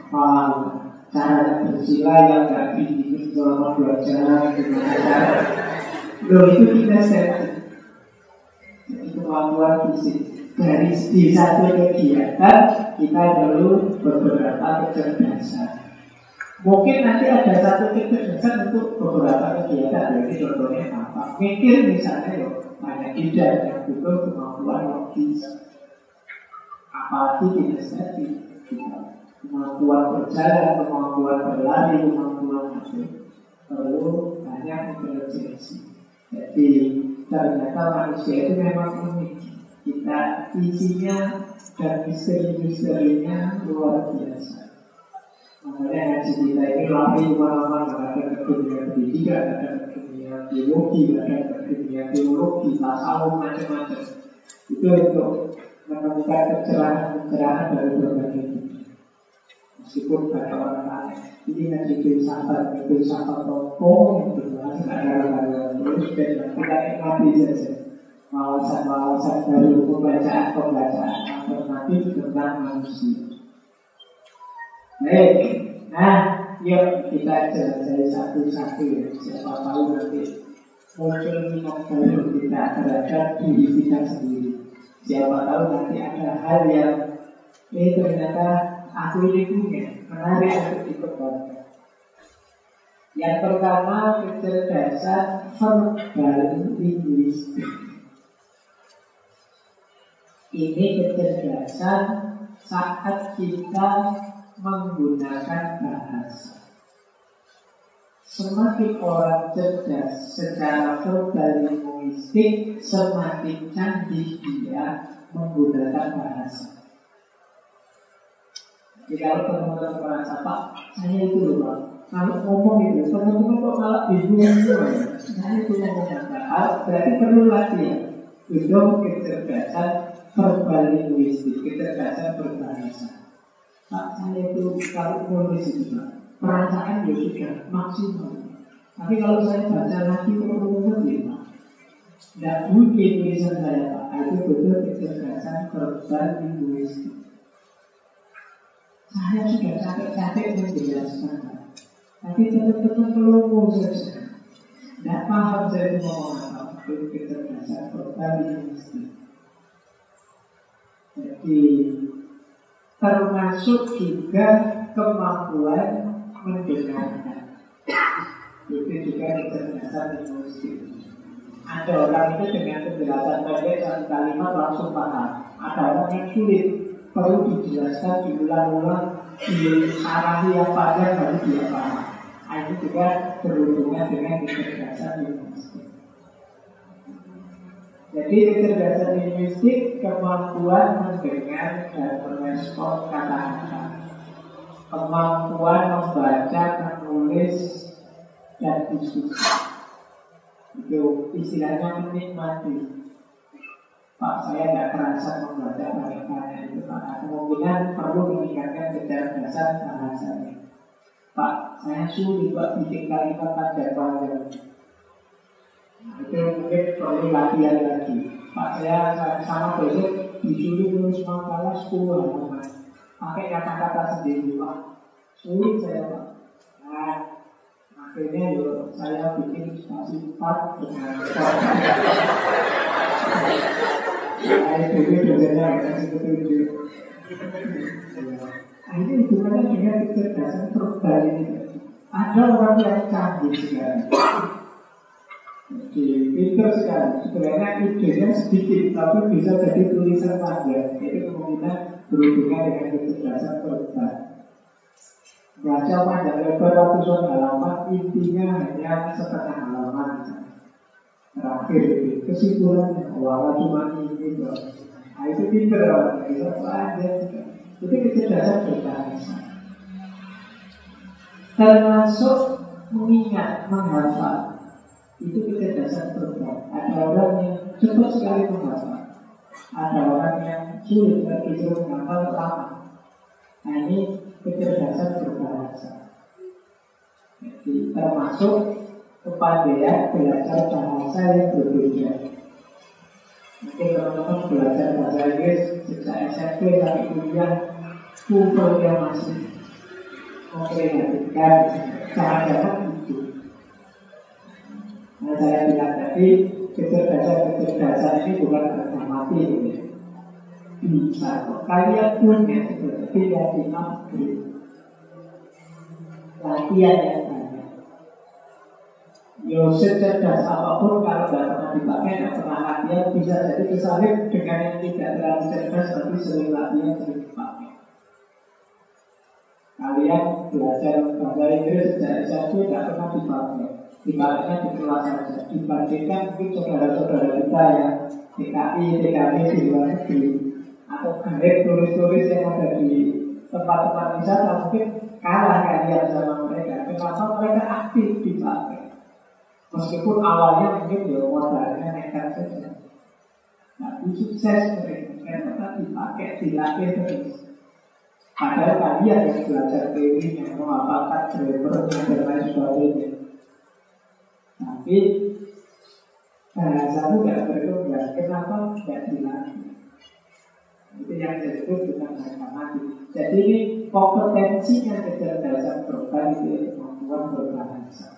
cara bersila yang tidak bikin selama 2 jam. Gimana cara itu kita setting. Jadi kemampuan fisik dari di satu kegiatan kita perlu beberapa kecerdasan. Mungkin nanti ada satu kecerdasan untuk beberapa kegiatan. Jadi contohnya apa? Mikir misalnya banyak tidak yang butuh kemampuan logis. Apalagi kinestetik, kemampuan berjalan, kemampuan berlari, kemampuan perlu banyak intelijensi. Jadi ternyata manusia itu memang unik. Kita isinya dan misteri-misterinya luar biasa. Makanya ngaji kita ini lari kemana-mana. Ada ke dunia pendidikan, ada ke dunia biologi, ada ke dunia teologi, tasawuf, macam-macam. Itu untuk menemukan pencerahan-pencerahan dari berbagai dunia. Meskipun banyak orang lain. Ini ngaji filsafat tokoh yang berbahasa negara-negara terus dan kita nikmati saja wawasan-wawasan baru, pembacaan-pembacaan alternatif tentang manusia. Baik, nah yuk kita jelajahi satu-satu ya. Siapa tahu nanti muncul minat baru kita terhadap diri kita sendiri. Siapa tahu nanti ada hal yang ternyata aku ini punya, menarik untuk dikembangkan. Yang pertama, kecerdasan verbal linguistik. Ini kecerdasan saat kita menggunakan bahasa. Semakin orang cerdas secara verbal linguistik, semakin canggih dia menggunakan bahasa. Jadi kalau teman-teman merasa, Pak, saya itu loh Pak, kalau ngomong itu, teman-teman kok malah bingung semua ya. Saya itu ngomong bahasa, berarti perlu latihan. Itu kecerdasan verbal linguistik, kecerdasan berbahasa. Pak, saya itu kalau nulis itu Pak, perasaan ya sudah maksimal. Tapi kalau saya baca lagi kok ya Pak, tidak bunyi tulisan saya Pak. Itu betul kecerdasan verbal linguistik. Saya sudah capek-capek menjelaskan Pak, tapi tetap melongo saja. Tidak paham saya itu ngomong apa. Itu kecerdasan verbal linguistik. Jadi termasuk juga kemampuan mendengarkan. Itu juga kecerdasan linguistik. Ada orang itu dengan penjelasan pendek satu kalimat langsung paham. Ada orang yang sulit, perlu dijelaskan, diulang-ulang, diarahi yang panjang baru dia paham. Ini juga berhubungan dengan kecerdasan linguistik. Jadi kecerdasan linguistik kemampuan mendengar dan merespon kata-kata, kemampuan membaca, menulis, dan diskusi. Itu istilahnya menikmati. Pak, saya tidak terasa membaca banyak-banyak itu Pak. Kemungkinan perlu meningkatkan kecerdasan bahasanya. Pak, saya sulit Pak bikin kalimat panjang-panjang. Itu mungkin perlu latihan lagi. Pak, saya sama besok disuruh nulis makalah 10 halaman. Pakai kata-kata sendiri Pak. Sulit saya Pak. Nah, akhirnya saya bikin spasi 4 dengan saya dulu dosennya kasih petunjuk. Ini hubungannya dengan kecerdasan verbal ini. Ada orang yang canggih sekali, pintar sekali. Sebenarnya idenya sedikit, tapi bisa jadi tulisan panjang. Itu kemungkinan berhubungan dengan kecerdasan verbal. Baca panjang lebar ratusan halaman, intinya hanya setengah halaman. Terakhir itu kesimpulannya, wala cuma ini loh. Nah itu pintar orang, bisa panjang. Itu kecerdasan berbahasa. Termasuk mengingat, menghafal. Itu kecerdasan verbal. Ada orang yang cepat sekali menghafal, ada orang yang sulit berpikir menghafal lama. Nah ini kecerdasan berbahasa. Jadi termasuk kepandaian belajar bahasa yang berbeda. Mungkin teman-teman belajar bahasa Inggris sejak SMP sampai kuliah, kumpulnya masih memprihatinkan, jangan-jangan itu. Nah, saya bilang tadi, kecerdasan ini bukan harga mati, ya. Bisa kok kalian punya seperti yang di latihan yang banyak. Yo secerdas apapun kalau tidak pernah dipakai, tidak pernah latihan, bisa jadi kesalip dengan yang tidak terlalu cerdas tapi sering latihan, sering dipakai. Kalian belajar bahasa Inggris sejak SMP tidak pernah dipakai, dipakainya di kelas saja. Dibandingkan mungkin saudara-saudara kita yang TKI, TKB di luar negeri, atau garis tulis-tulis yang ada di tempat-tempat wisata, mungkin kalah kalian sama mereka. Kenapa mereka aktif dipakai? Meskipun awalnya mungkin ya modalnya nekat saja, tapi sukses mereka karena dipakai, dilatih terus. Padahal kalian yang belajar teorinya, menghafalkan grammarnya dan lain sebagainya, tapi bahasamu tidak berkembang. Kenapa tidak dilatih? Itu yang disebut dengan harga mati. Jadi ini kompetensinya kecerdasan verbal itu kemampuan berbahasa.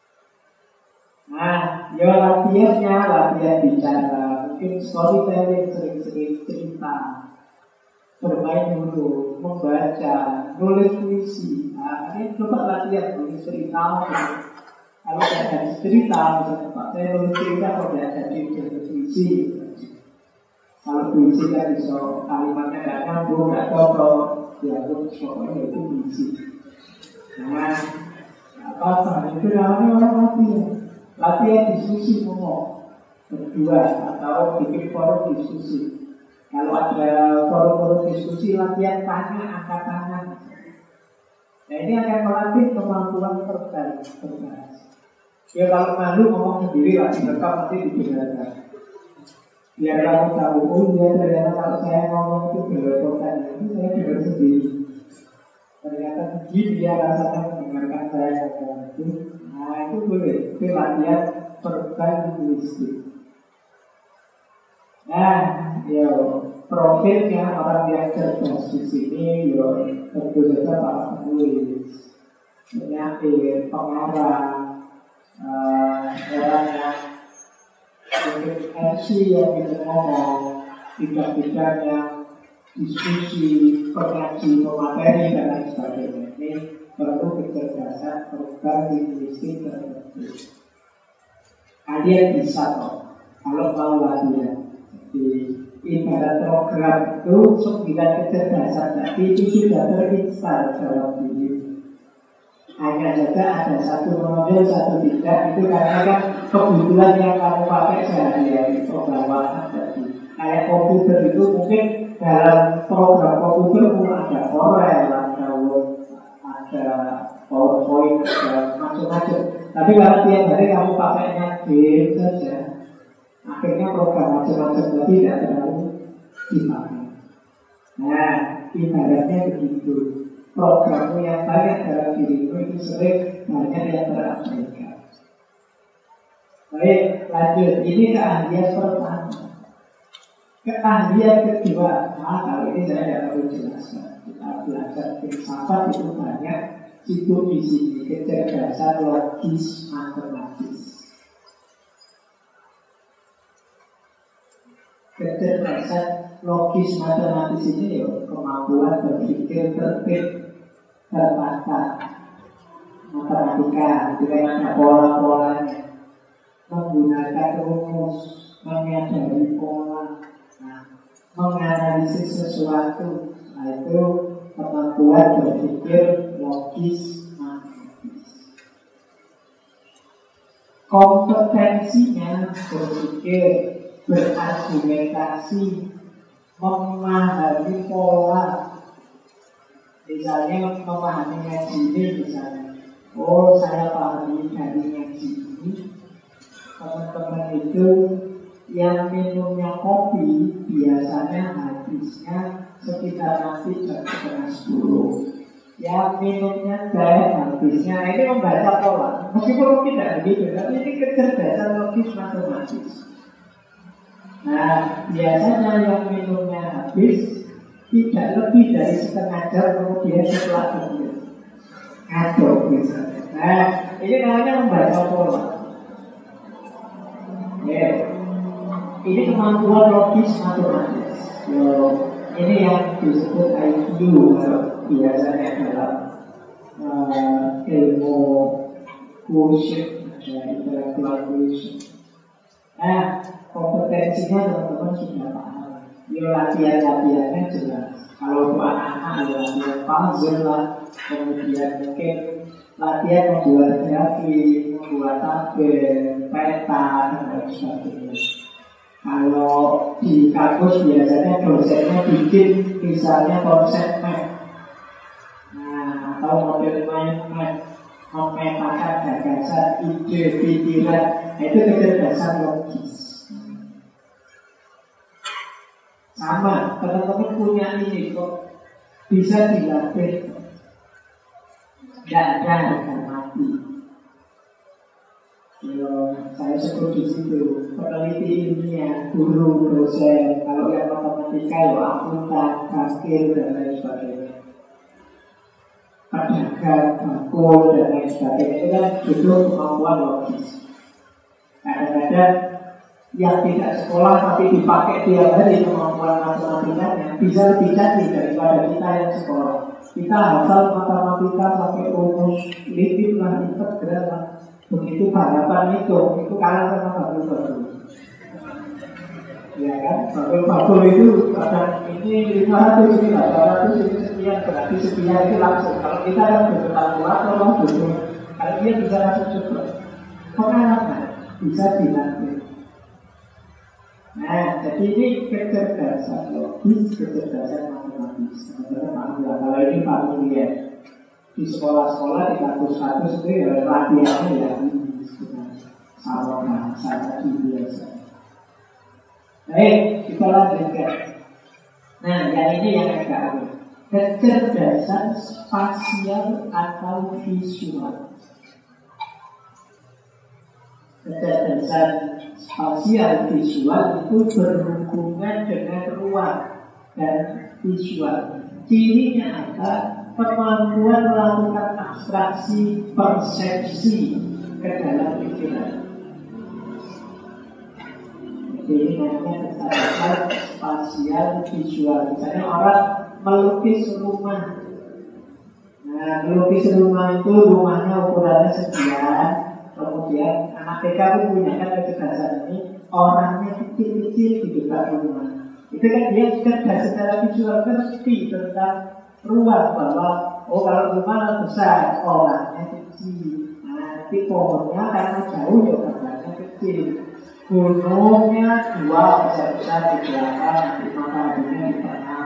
Nah, ya latihannya, latihan bicara, mungkin storytelling, sering-sering cerita, bermain dulu, membaca, nulis puisi. Nah, ini coba latihan nulis cerita. Kalau tidak ada cerita, misalnya Pak, saya nulis cerita kalau tidak ada puisi. Kalau puisi kan bisa kalimatnya tidak nyambung, tidak cocok, ya pokoknya itu puisi. Nah, apa itu namanya orang latihan. Latihan diskusi ngomong berdua atau bikin forum diskusi. Kalau ada forum-forum diskusi, latihan tanya, angkat tangan. Nah, ini akan melatih kemampuan verbal berbahasa. Ya kalau malu ngomong sendiri lagi rekam nanti didengarkan. Biar kamu tahu, oh iya ternyata kalau saya ngomong itu berlepotan, ini saya dengar sendiri. Ternyata begini dia rasanya mendengarkan saya ngomong itu. Nah itu boleh, itu latihan verbal linguistik. Nah, ya profilnya orang yang cerdas di sini, ya tentu saja para penulis, penyair, pengarang, orang yang mungkin MC yang bisa ngomong, tidak-tidak yang diskusi, pengaji, pemateri dan lain sebagainya. Ini perlu kecerdasan verbal linguistik tertentu. Kalian bisa kok kalau mau latihan. Di ibarat program itu 9 kecerdasan tadi itu sudah terinstal dalam diri. Hanya saja ada satu menonjol, satu tidak. Itu karena kan kebetulan yang kamu pakai sehari-hari pembawaan tadi. Kayak komputer itu mungkin dalam program komputer pun ada Corel, ada Word, ada PowerPoint, ada macam-macam. Tapi kalau tiap hari kamu pakainya game saja, akhirnya program macam-macam tadi tidak terlalu dipakai. Nah, ibaratnya begitu. Programmu yang banyak dalam dirimu itu sering banyak yang terabaikan. Baik, lanjut. Ini keahlian pertama. Keahlian kedua, nah kalau ini saya tidak perlu jelaskan. Kita belajar filsafat itu banyak itu di sini, kecerdasan logis matematis. Kecerdasan logis matematis ini ya kemampuan berpikir tertib, tertata, matematika, dengan ada pola-polanya, menggunakan rumus, menyadari pola, menganalisis sesuatu. Nah itu kemampuan berpikir logis matematis. Kompetensinya berpikir, berargumentasi, memahami pola. Misalnya memahami ngaji ini misalnya, oh saya pahami dari ngaji ini, teman-teman itu yang minumnya kopi biasanya habisnya sekitar nanti jam 9:30. Yang minumnya teh habisnya, ini membaca pola. Meskipun tidak begitu, tapi ini kecerdasan logis matematis. Nah, biasanya yang minumnya habis tidak lebih dari setengah jam kemudian setelah itu ngaduk misalnya. Nah, ini namanya membaca pola. Ini kemampuan logis matematis. Ini yang disebut IQ kalau biasanya dalam ilmu quotient, intellectual quotient. Nah, kompetensinya teman-teman sudah paham. Latihan-latihannya jelas. Kalau untuk anak-anak latihan puzzle lah, kemudian mungkin latihan membuat grafik, membuat tabel, peta, dan lain sebagainya. Kalau di kampus biasanya dosennya bikin misalnya konsep map, atau model map, memetakan gagasan, ide, pikiran. Itu kecerdasan logis. Sama, teman-teman punya ini kok bisa dilatih. Tidak ada harga mati. Saya sebut di situ peneliti ilmiah, guru, dosen. Kalau yang matematika ya akuntan, bakir dan lain sebagainya. Pedagang, bakul dan lain sebagainya. Itu kan butuh kemampuan logis. Kadang-kadang yang tidak sekolah tapi dipakai tiap hari kemampuan matematikanya bisa lebih canggih daripada kita yang sekolah. Kita hafal matematika pakai rumus lipat lah, integral lah. Begitu harapan itu kalah sama bakul-bakul. Ya kan, bakul-bakul itu kadang ini 500, ini 800, ini sekian, berarti sekian itu langsung. Kalau kita kan butuh kalkulator, butuh, kalau dia bisa langsung coba. Pengalaman bisa dilatih. Nah, jadi ini kecerdasan logis, kecerdasan matematis. Sebenarnya familiar. Kalau ini familiar di sekolah-sekolah, di kampus-kampus itu ya latihannya ya ini sebenarnya sama bahasa tadi biasa. Baik, kita lanjutkan. Nah, yang ini yang agak aneh. Kecerdasan spasial atau visual. Kecerdasan spasial visual itu berhubungan dengan ruang dan visual. Cirinya ada kemampuan melakukan abstraksi persepsi ke dalam pikiran. Jadi ini namanya kecerdasan spasial visual. Misalnya orang melukis rumah. Nah, melukis rumah itu rumahnya ukurannya sekian. Kemudian anak TK pun punya kan kecerdasan ini. Orangnya kecil-kecil di dekat rumah. Itu kan dia cerdas secara visual, ngerti tentang ruang bahwa kalau rumah besar, orangnya kecil. Nah, nanti pohonnya karena jauh ya orangnya kecil. Gunungnya dua besar-besar di belakang, nanti mataharinya di tengah.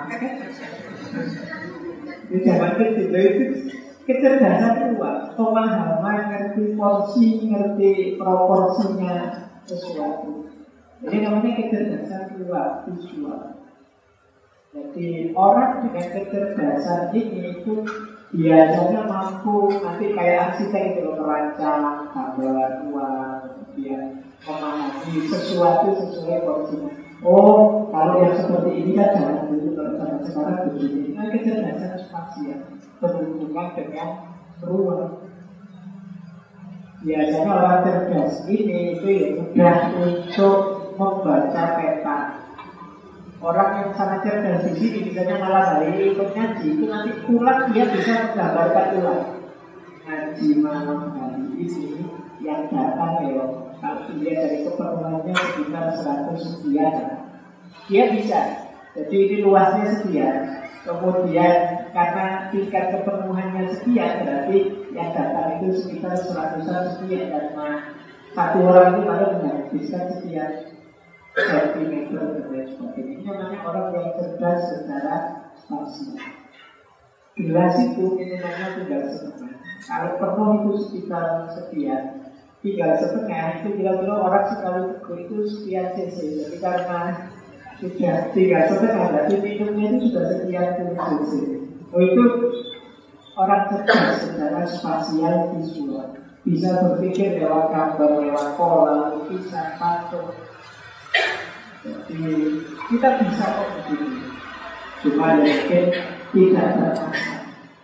Itu zaman kecil itu kecerdasan ruang, pemahaman, ngerti porsi, ngerti proporsinya sesuatu. Jadi namanya kecerdasan ruang, visual. Jadi orang dengan kecerdasan ini itu biasanya mampu nanti kayak arsitek itu merancang gambar ruang, kemudian memahami sesuatu sesuai porsinya. Kalau yang seperti ini kan jangan dulu, kalau zaman sekarang begini. Nah, kecerdasan spasial berhubungan dengan ruang. Biasanya orang cerdas ini itu ya mudah untuk membaca peta. Orang yang sangat cerdas di sini, misalnya malam hari ini ikut ngaji, itu nanti pulang dia bisa menggambarkan ulang. Ngaji malam hari ini yang datang ya, kalau dilihat dari keperluannya sekitar 100 sekian, dia bisa. Jadi ini luasnya sekian. Kemudian karena tingkat kepenuhannya sekian, berarti yang datang itu sekitar 100 sekian. Karena satu orang itu baru menghabiskan sekian sentimeter dan lain sebagainya. Ini namanya orang yang cerdas secara spasial. Gelas itu minimalnya tinggal setengah. Kalau penuh itu sekitar sekian, tinggal setengah itu kira-kira orang sekali teguh itu sekian cc. Jadi karena sudah tinggal setengah, berarti minumnya itu sudah sekian cc. Itu orang cerdas secara spasial visual. Bisa berpikir lewat gambar, lewat pola, lukisan, patung. Jadi kita bisa kok begini. Cuma mungkin tidak terpaksa.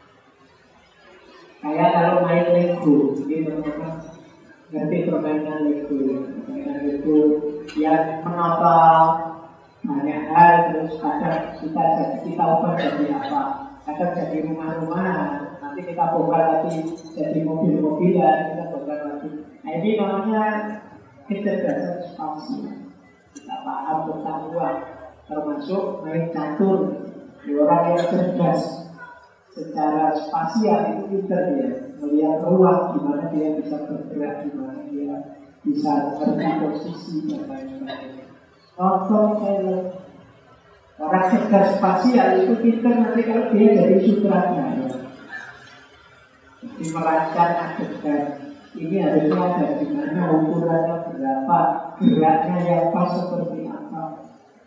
Kayak kalau main Lego, ini teman-teman ngerti permainan Lego. Permainan Lego yang menata banyak hal, terus kadang kita ubah jadi apa? Kadang jadi rumah-rumahan, nanti kita bongkar lagi jadi mobil-mobilan, kita bongkar lagi. Nah ini namanya kecerdasan spasial. Kita paham tentang uang, termasuk main catur. Orang yang cerdas secara spasial itu pintar dia melihat ruang, gimana dia bisa bergerak, gimana dia bisa mengerti posisi dan lain-lain. Contoh film, orang cerdas spasial itu pintar nanti kalau dia jadi sutradara, jadi merancang adegan. Ini harusnya ada di mana, ukurannya berapa, geraknya yang pas seperti apa.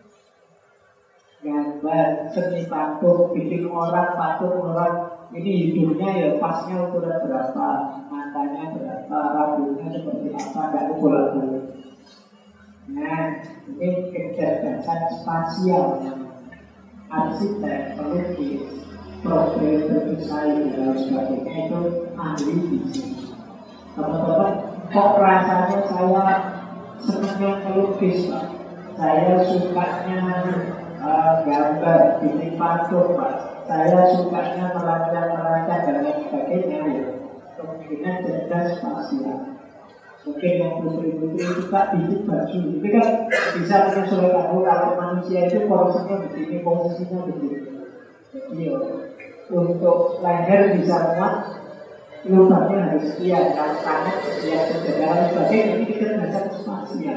Gambar, seni patung, bikin orang, patung orang. Ini hidungnya ya pasnya ukuran berapa, matanya berapa, rambutnya seperti apa, nggak bolak-balik. Nah, ini kecerdasan spasial. Arsitek, pelukis, programmer desain dan sebagainya itu ahli di sini. Teman-teman, kok rasanya saya senangnya melukis, Pak? Saya sukanya gambar, bikin patung, Pak. Saya sukanya merancang-merancang dan lain sebagainya. Ya. Kemungkinan cerdas spasial. Mungkin yang putri-putri suka bikin baju. Itu kan bisa menyesuaikan kalau manusia itu porsinya begini, posisinya begini. Jadi ya, untuk leher bisa muat, lubangnya harus sekian, kalau tangan sekian, dan sebagainya. Ini kecerdasan spasial.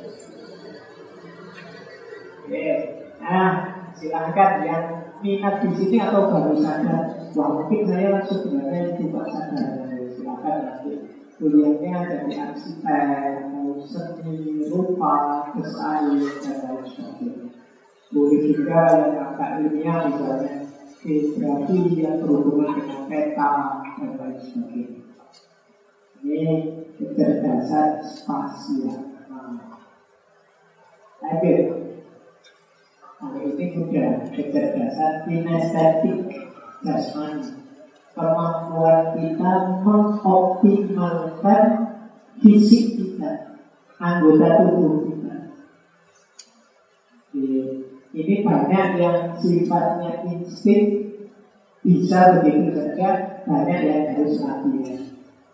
Oke. Nah, silahkan yang minat di sini atau baru sadar, wah mungkin saya langsung sebenarnya tidak sadar. Silahkan nanti kuliahnya jadi arsitek, mau seni, rupa, desain, dan lain sebagainya. Boleh juga yang agak ilmiah misalnya geografi yang berhubungan dengan peta dan lain sebagainya. Ini kecerdasan spasial. Lanjut. Nah, ini sudah kecerdasan kinestetik jasmani, kemampuan kita mengoptimalkan fisik kita, anggota tubuh kita. Ini banyak yang sifatnya insting, bisa begitu saja, banyak yang harus latihan.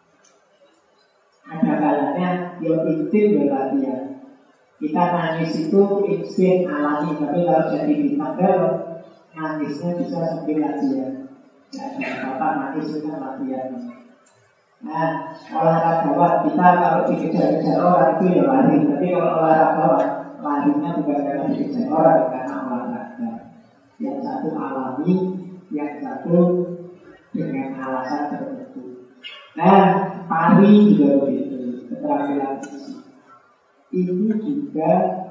Ada kalanya yang insting berlatihan. Kita nangis itu insting alami, tapi kalau jadi di tanggal nangisnya bisa sambil latihan. Ya, bapak nangis itu kan latihan. Nah, olahragawan kita kalau dikejar-kejar orang itu ya lari, tapi kalau olahragawan larinya bukan karena dikejar orang, karena olahraga. Yang satu alami, yang satu dengan alasan tertentu. Nah, tari juga begitu, keterampilan fisik. Ini juga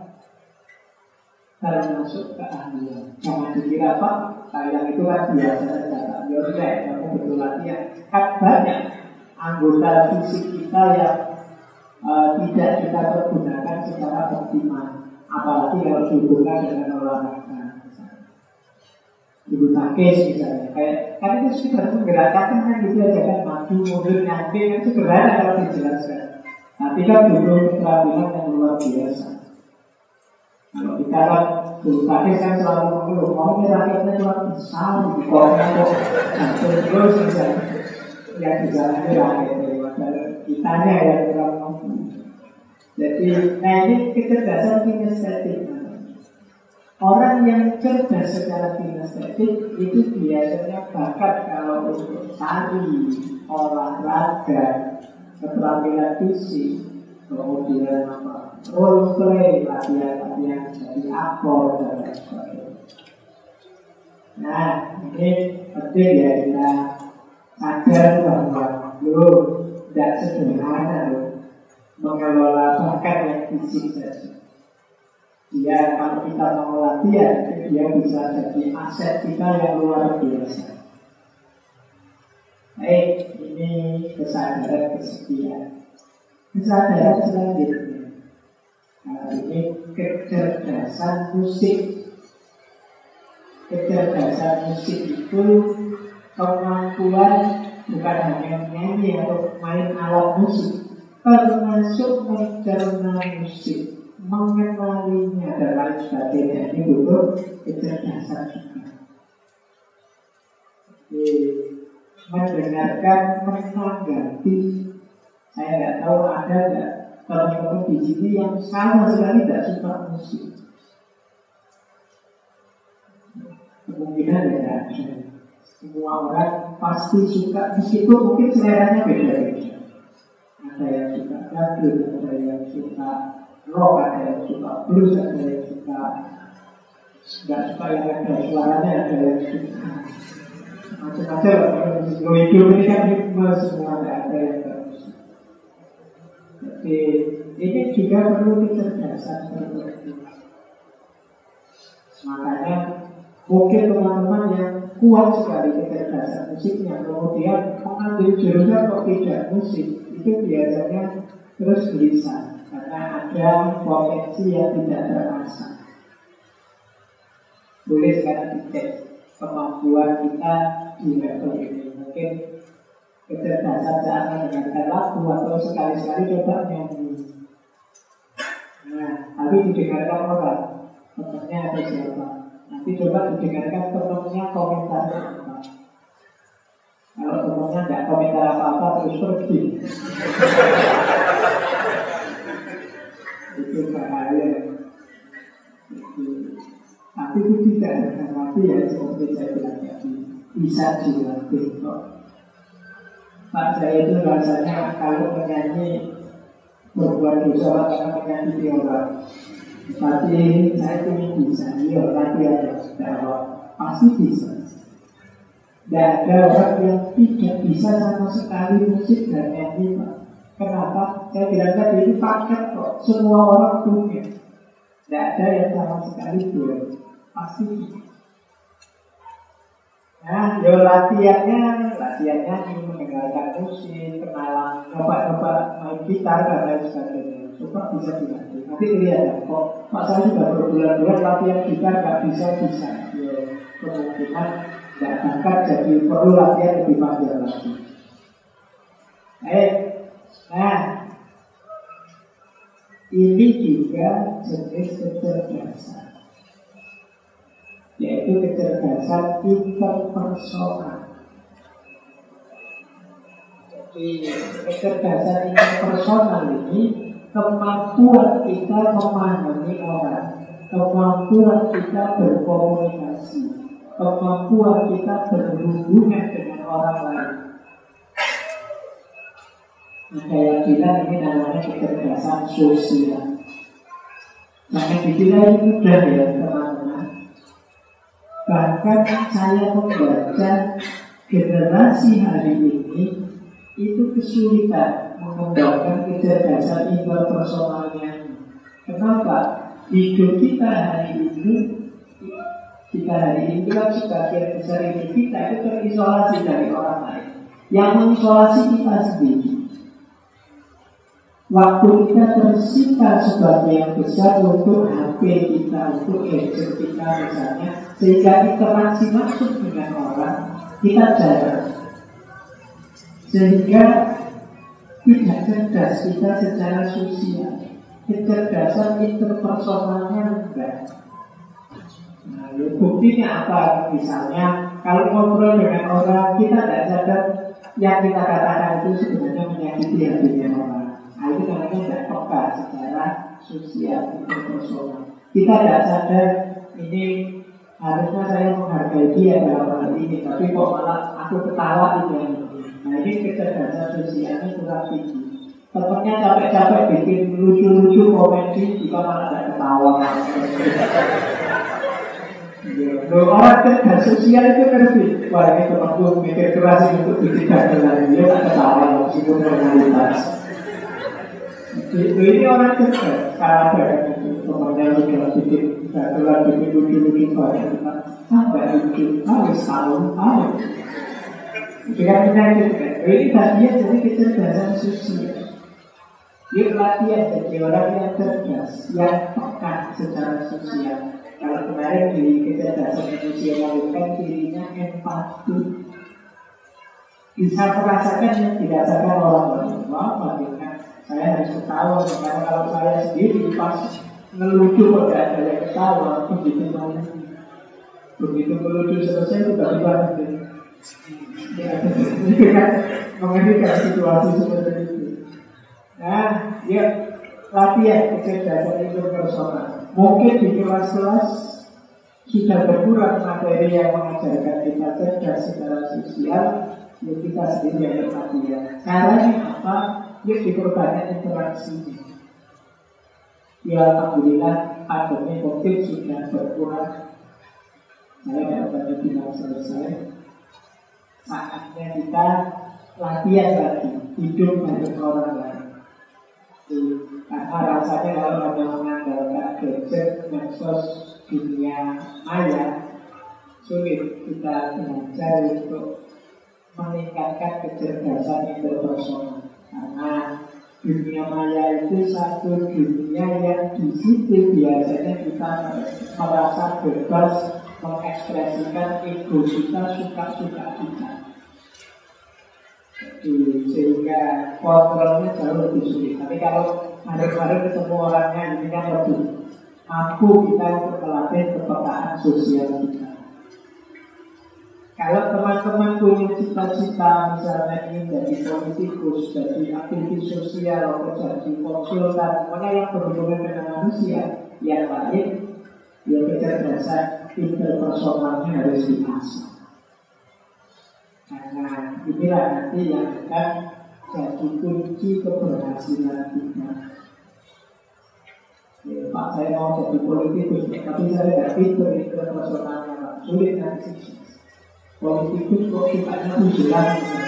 termasuk keahlian. Jangan dikira Pak, kalian itu kan biasa saja. Ya, kamu betul latihan. Kan banyak anggota fisik kita yang tidak kita pergunakan secara optimal. Apalagi kalau dihubungkan dengan olahraga. Bulu tangkis misalnya, kayak kan itu sudah menggerakkan kan gitu aja kan, maju mundur nyampe kan sederhana kalau dijelaskan. Tapi kan butuh keterampilan yang luar biasa. Kalau kita kan bulu tangkis kan selalu mengeluh, mau raketnya cuma besar, dikornya kok jatuh terus misalnya. Yang dijalani rakyat daripada kitanya yang kurang mampu. Jadi, nah ini kecerdasan kinestetik. Orang yang cerdas secara kinestetik itu biasanya bakat kalau untuk tari, olahraga, keterampilan fisik, kemudian apa, role play, latihan-latihan jadi aktor dan lain sebagainya. Nah, ini penting ya kita sadar bahwa tidak sederhana mengelola bakat yang fisik saja. Dia kalau kita mau latihan, dia bisa jadi aset kita yang luar biasa. Baik, ini kesadaran kesekian. Kesadaran selanjutnya, Nah, ini kecerdasan musik. Kecerdasan musik itu kemampuan bukan hanya menyanyi atau main alat musik, termasuk mencerna musik, mengenalinya dan lain sebagainya. Ini butuh kecerdasan juga. Mendengarkan, menanggapi. Saya nggak tahu ada nggak teman-teman di sini yang sama sekali tidak suka musik. Kemungkinan tidak ada. Semua orang pasti suka, meskipun mungkin seleranya beda-beda. Ada yang suka dangdut, ada yang suka rock, ada yang suka blues, ada yang suka nggak suka yang ada suaranya, ada yang suka macam-macam. Kalau hidup ini kan ritme semua, ada yang nggak suka. Jadi ini juga perlu kecerdasan seperti itu. Makanya mungkin teman-teman yang kuat sekali kecerdasan musiknya, kemudian mengambil jurusan kok tidak musik, itu biasanya terus gelisah karena ada potensi yang tidak terasa. Boleh sekarang dicek kemampuan kita di level ini. Mungkin kecerdasan saat mendengarkan lagu atau sekali-sekali coba nyanyi. Nah, tapi didengarkan orang, temannya atau siapa. Nanti coba didengarkan temannya komentarnya apa. Kalau temannya nggak komentar apa-apa terus pergi. Itu bahaya. Tapi itu tidak harga mati ya, seperti saya bilang tadi. Bisa dilatih kok. Pak saya itu rasanya kalau menyanyi berbuat dosa karena menyanyi di orang. Tapi saya ingin bisa, iya latihan ya, pasti bisa. Tidak ada orang yang tidak bisa sama sekali musik dan nyanyi, Pak. Kenapa? Saya bilang tadi itu paket kok, semua orang punya. Tidak ada yang sama sekali boleh. Pasti bisa. Nah, yo latihannya mendengarkan musik, kenalan, coba main gitar dan lain sebagainya. Coba bisa dilatih. Nanti lihat kok, Pak saya sudah berbulan-bulan latihan gitar nggak bisa. Ya, kemungkinan nggak bakat, jadi perlu latihan lebih panjang lagi. Nah, ini juga jenis kecerdasan, yaitu kecerdasan interpersonal. Jadi kecerdasan interpersonal ini kemampuan kita memahami orang, kemampuan kita berkomunikasi, kemampuan kita berhubungan dengan orang lain. Ada yang bilang ini namanya kecerdasan sosial. Jangan dikira ini mudah ya teman-teman. Bahkan saya membaca generasi hari ini itu kesulitan mengembangkan kecerdasan interpersonalnya. Kenapa? Hidup kita hari ini kan sebagian besar hidup kita itu terisolasi dari orang lain, yang mengisolasi kita sendiri. Waktu kita tersita sebagian besar untuk HP kita, untuk gadget kita misalnya, sehingga interaksi langsung dengan orang kita jarang, sehingga tidak cerdas kita secara sosial. Kecerdasan interpersonalnya enggak. Nah, buktinya apa? Misalnya kalau ngobrol dengan orang, kita tidak sadar yang kita katakan itu sebenarnya menyakiti hatinya orang. Nah, itu namanya tidak peka secara sosial, interpersonal. Kita tidak sadar ini harusnya saya menghargai dia dalam hal ini, tapi kok malah aku ketawa ini. Nah, ini kecerdasan sosialnya kurang tinggi. Temennya capek-capek bikin lucu-lucu komedi, juga malah tidak ketawa. Orang cerdas sosial itu ngerti. Wah, ini temanku mikir keras untuk bikin dagelan, dia tak ketawa meskipun realitas. Ini orang cerdas. Sekarang ada kan itu temannya sudah bikin dagelan, bikin lucu-lucu banyak. Sampai lucu, harus tahu, ayo. Dengan penyakit kan. Ini tadinya jadi kecerdasan sosial. Yuk latihan jadi orang yang cerdas, yang peka secara sosial. Kalau kemarin di kecerdasan emosional itu kan cirinya empati, bisa merasakan yang dirasakan orang lain. Wah, bagaimana saya harus ketawa, karena kalau saya sendiri pas ngelucu kok tidak ada yang ketawa, begitu banyak. Begitu melucu selesai tiba-tiba ya, itu kan mengerikan situasi seperti itu. Nah, ya latihan kecerdasan interpersonal. Mungkin di kelas-kelas sudah berkurang materi yang mengajarkan kita cerdas secara sosial, ya kita sendiri yang latihan. Caranya apa? Ya diperbanyak interaksinya. Ya alhamdulillah pandemi COVID sudah berkurang. Saya dapat bilang selesai. Saatnya kita latihan lagi, hidup bareng orang lain. Karena rasanya kalau hanya mengandalkan gadget, medsos, dunia maya, sulit kita belajar untuk meningkatkan kecerdasan interpersonal. Karena dunia maya itu satu dunia yang di situ biasanya kita merasa bebas mengekspresikan ego kita, suka-suka kita. Sehingga kontrolnya jauh lebih sulit. Tapi kalau hari-hari ketemu orangnya, ini kan lebih mampu kita untuk melatih kepekaan sosial kita. Kalau teman-teman punya cita-cita, misalnya ingin jadi politikus, jadi aktivis sosial, atau jadi konsultan, mana yang berhubungan dengan manusia yang lain, ya kecerdasan interpersonalnya harus diasah. Karena inilah nanti yang akan jadi kunci keberhasilan kita. Ya, Pak, saya mau jadi politikus, tapi saya tidak pintar interpersonalnya, Pak. Sulit nanti sih. Politikus kok sukanya usulan.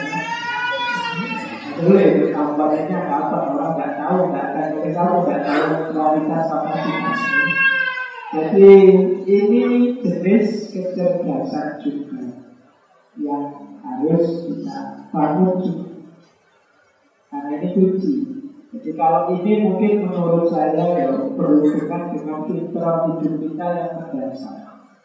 Boleh, kampanyenya apa? Orang nggak tahu, nggak tahu kualitas kapasitasnya. Jadi ini jenis kecerdasan juga yang harus kita bangun juga. Karena ini kunci. Jadi kalau ini mungkin menurut saya ya berhubungan dengan fitrah hidup kita yang berdasar.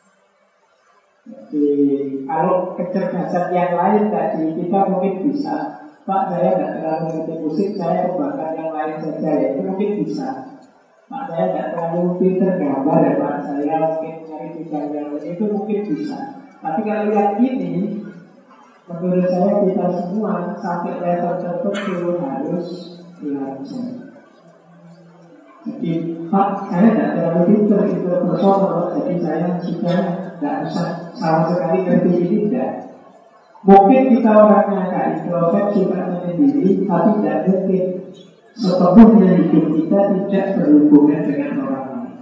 Jadi kalau kecerdasan yang lain tadi kita mungkin bisa, Pak saya tidak terlalu ngerti musik, saya kembangkan yang lain saja ya, itu mungkin bisa. Pak saya tidak terlalu pinter gambar ya Pak, saya mungkin cari bidang yang lain, itu mungkin bisa. Tapi kalau yang ini, menurut saya kita semua sampai level tertentu harus belajar. Jadi Pak saya tidak terlalu pinter interpersonal, jadi saya sudah tidak usah sama sekali ngerti ini tidak. Mungkin kita orangnya agak introvert, suka menyendiri, tapi tidak mungkin sepenuhnya hidup kita tidak berhubungan dengan orang lain.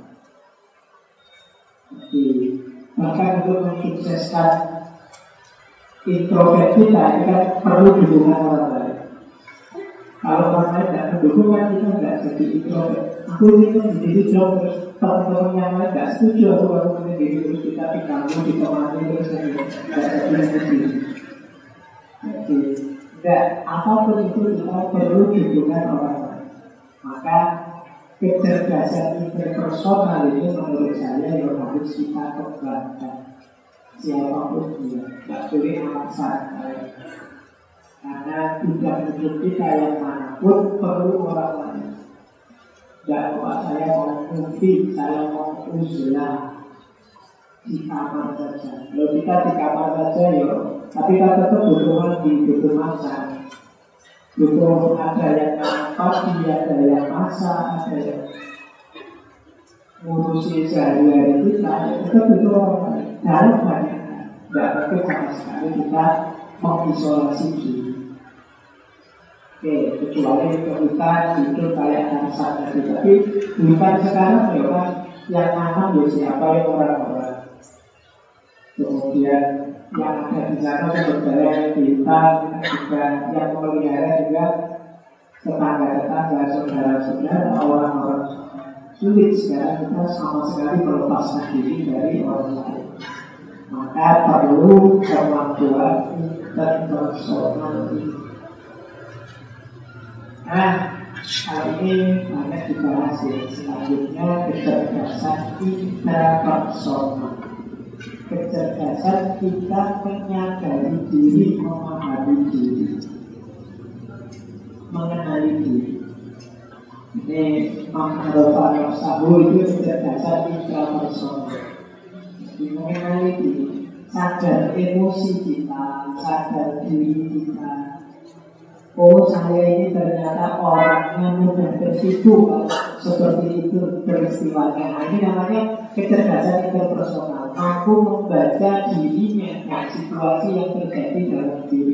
Jadi bahkan untuk mensukseskan introvert kita ini kan perlu dukungan orang lain. Kalau orang lain tidak mendukung kan kita tidak jadi introvert. Aku ini menjadi job terus teman-teman yang lain tidak setuju aku baru menjadi terus kita diganggu, ditemani terus tidak jadi sendiri. Jadi tidak apapun itu kita perlu dukungan orang lain. Maka kecerdasan interpersonal ini menurut saya yang harus kita kembangkan. Siapapun dia, tidak boleh alasan. Karena tidak hidup kita yang manapun perlu orang lain. Tidak kok saya mau mimpi, saya mau usulah di kamar saja. Kalau kita di kamar saja ya, tapi kita tetap butuh mandi, butuh masak, butuh ada yang pagi, ada yang masak, ada yang ngurusi sehari-hari kita. Kita butuh orang lain. Dalam banyak tidak mungkin sama sekali kita mengisolasi diri. Oke, kecuali hutan hidup kayak dasar tadi. Tapi hutan sekarang memang yang aman ya siapa yang orang-orang. Kemudian yang ada di sana sumber daya kita juga yang memelihara juga tetangga-tetangga, saudara-saudara, orang-orang. Sulit sekarang kita sama sekali melepaskan diri dari orang lain. Maka perlu kemampuan interpersonal. Nah, Hal ini banyak dibahas ya. Selanjutnya kecerdasan intrapersonal. Kecerdasan kita menyadari diri, memahami diri, mengenali diri. Ini Maharaja Sahu itu kecerdasan intrapersonal. Jadi mengenali diri, sadar emosi kita, sadar diri kita. Oh, saya ini ternyata orangnya mudah tertipu seperti itu peristiwanya. Nah, ini namanya kecerdasan interpersonal. Aku membaca dirinya dan situasi yang terjadi dalam diri.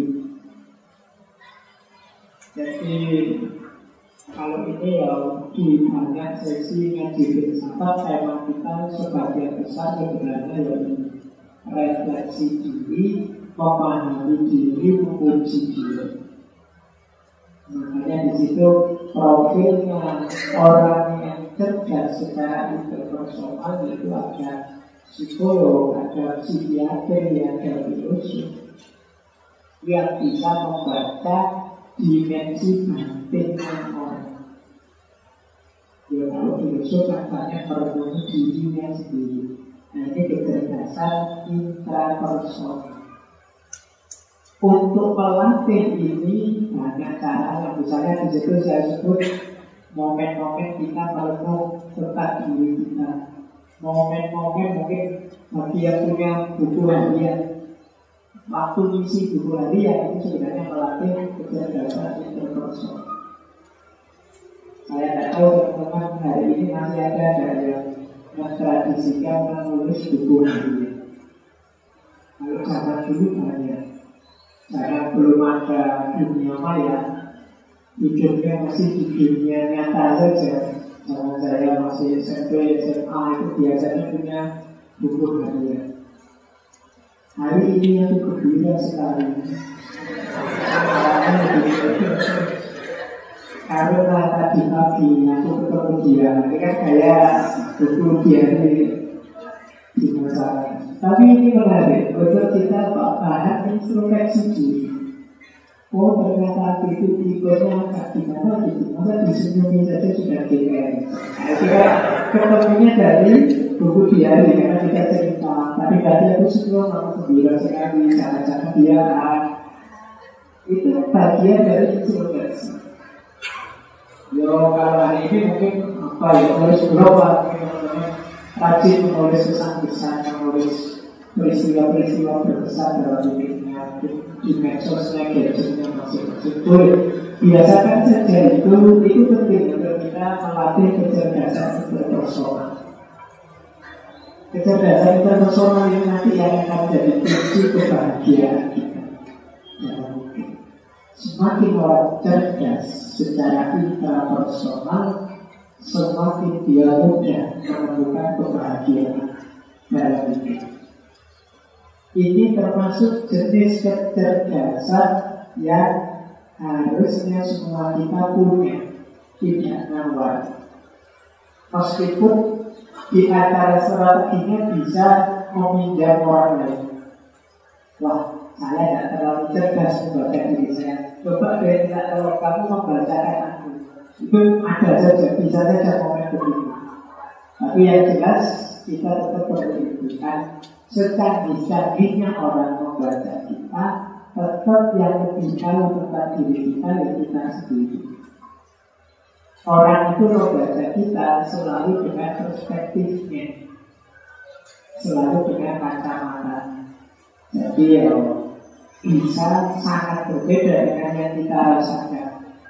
Jadi kalau ini ya di banyak sesi ngaji filsafat, tema kita sebagian besar sebenarnya yaitu refleksi diri, memahami diri, menguji diri. Makanya di situ profilnya orang yang cerdas secara interpersonal itu ada psikolog, ada psikiater, ada filosof yang bisa membaca dimensi batinnya orang. Ya kalau filosof katanya merenungi dirinya sendiri. Nah ini kecerdasan intrapersonal. Untuk melatih ini banyak cara. Yang misalnya di situ saya sebut momen-momen kita merenung tentang diri kita. Momen-momen mungkin bagi yang punya buku harian, waktu isi buku harian itu sebenarnya melatih kecerdasan interpersonal. Saya tidak tahu teman-teman hari ini masih ada yang mentradisikan menulis buku harian. Kalau zaman dulu banyak. Karena belum ada dunia maya, hidupnya masih di dunia nyata saja. Zaman saya masih SMP, SMA itu biasanya punya buku harian. Hari ini aku gembira sekali. Karena tadi pagi aku ketemu dia, ini kan kayak buku diari di masa. Tapi ini menarik, untuk kita bahan introspeksi diri. Oh ternyata itu tipenya agak gimana gitu. Masa disenyumin saja sudah GR. Nah itu kan ketemunya dari buku diari. Karena kita cerita, tadi aku semua mau gembira sekali, cara-cara dia. Itu bagian dari introspeksi. Yo kalau hari ini mungkin apa ya, harus global teman-teman. Rajin menulis pesan-pesan, menulis peristiwa-peristiwa berbesar dalam hidupnya, di medsosnya, gadgetnya masing-masing. Boleh, biasakan saja itu penting untuk kita melatih kecerdasan interpersonal. Kecerdasan interpersonal ini nanti yang akan jadi kunci kebahagiaan kita. Semakin orang cerdas secara intrapersonal, semakin dia mudah menemukan kebahagiaan dalam hidup. Ini termasuk jenis kecerdasan yang harusnya semua kita punya, tidak nawar. Meskipun di antara strateginya bisa meminjam orang lain. Wah, saya tidak terlalu cerdas membaca diri saya. Coba deh, kalau kamu membacakan aku. Itu ada saja, bisa saja momen begitu. Tapi yang jelas kita tetap beribukan secanggih-canggihnya orang membaca kita, tetap yang lebih tahu tentang diri kita dan kita sendiri. Orang itu membaca kita selalu dengan perspektifnya, selalu dengan kacamata. Jadi ya bisa sangat berbeda dengan yang kita rasakan.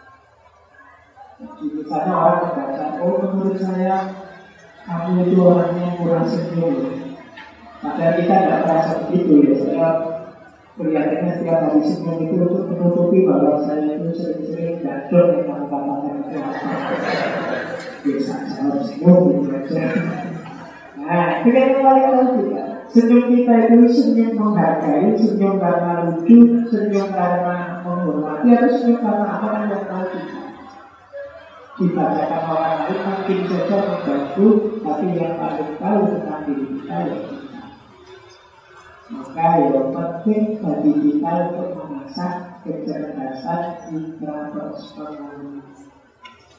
Jadi misalnya orang membaca, oh menurut saya kamu itu orangnya kurang senyum. Padahal kita tidak merasa begitu ya. Saya kelihatannya setiap hari senyum itu untuk menutupi bahwa saya itu sering-sering gadol yang kamu katakan itu apa. Biasa saya senyum gitu aja. Nah, itu kan yang paling tahu kita. Senyum kita itu senyum menghargai, senyum karena lucu, senyum karena menghormati, atau senyum karena apa yang tahu kita. Dibacakan orang lain mungkin saja membantu, tapi yang paling tahu tentang diri kita ya kita. Maka ya penting bagi kita untuk mengasah kecerdasan intrapersonal.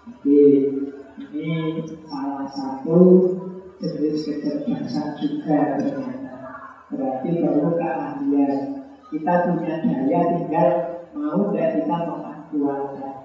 Jadi ini salah satu jenis kecerdasan juga ternyata. Berarti perlu keahlian. Kita punya daya, tinggal mau tidak kita mengaktualkan.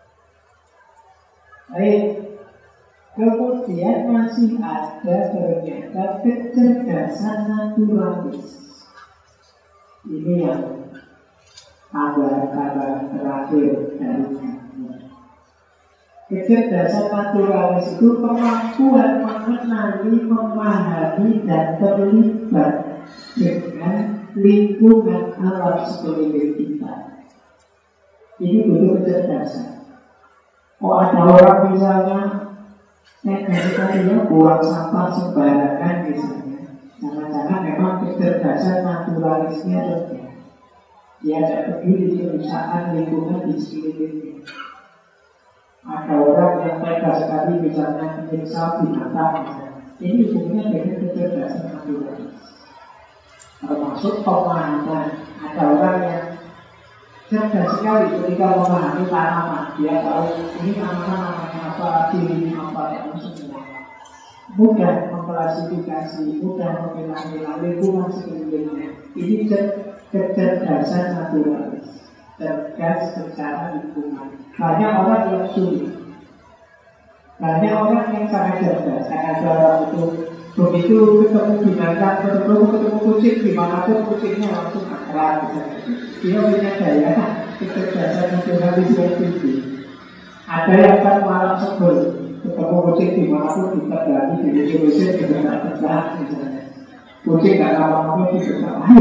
Baik, kemudian masih ada ternyata kecerdasan naturalis. Ini yang kabar-kabar terakhir dari kami. Kecerdasan naturalis itu kemampuan mengenali, memahami, dan terlibat dengan lingkungan alam sekeliling kita. Ini butuh kecerdasan. Oh, ada orang misalnya negatifnya buang sampah sembarangan misalnya. Jangan-jangan memang kecerdasan naturalisnya rendah. Dia tidak peduli kerusakan lingkungan di sekelilingnya. Ada orang yang tega sekali misalnya menyiksa binatang. Ini hubungannya dengan kecerdasan naturalis. Termasuk pemahaman. Ada orang yang cerdas sekali ketika memahami tanaman. Dia tahu ini tanaman namanya apa, ciri apa, yang semua. Mudah mengklasifikasi, mudah memilah-milah lingkungan sekelilingnya. Ini kecerdasan naturalis, cerdas secara lingkungan. Banyak orang yang sulit, banyak orang yang sangat cerdas. Ada orang itu begitu ketemu binatang, ketemu kucing, dimanapun kucingnya langsung akrab. Dia punya daya kecerdasan naturalis yang tinggi. Ada yang kan malah sebel, ketemu kucing dimanapun ditendang, diusir-usir juga tak tegak misalnya. Kucing gak apa-apa juga, ayo.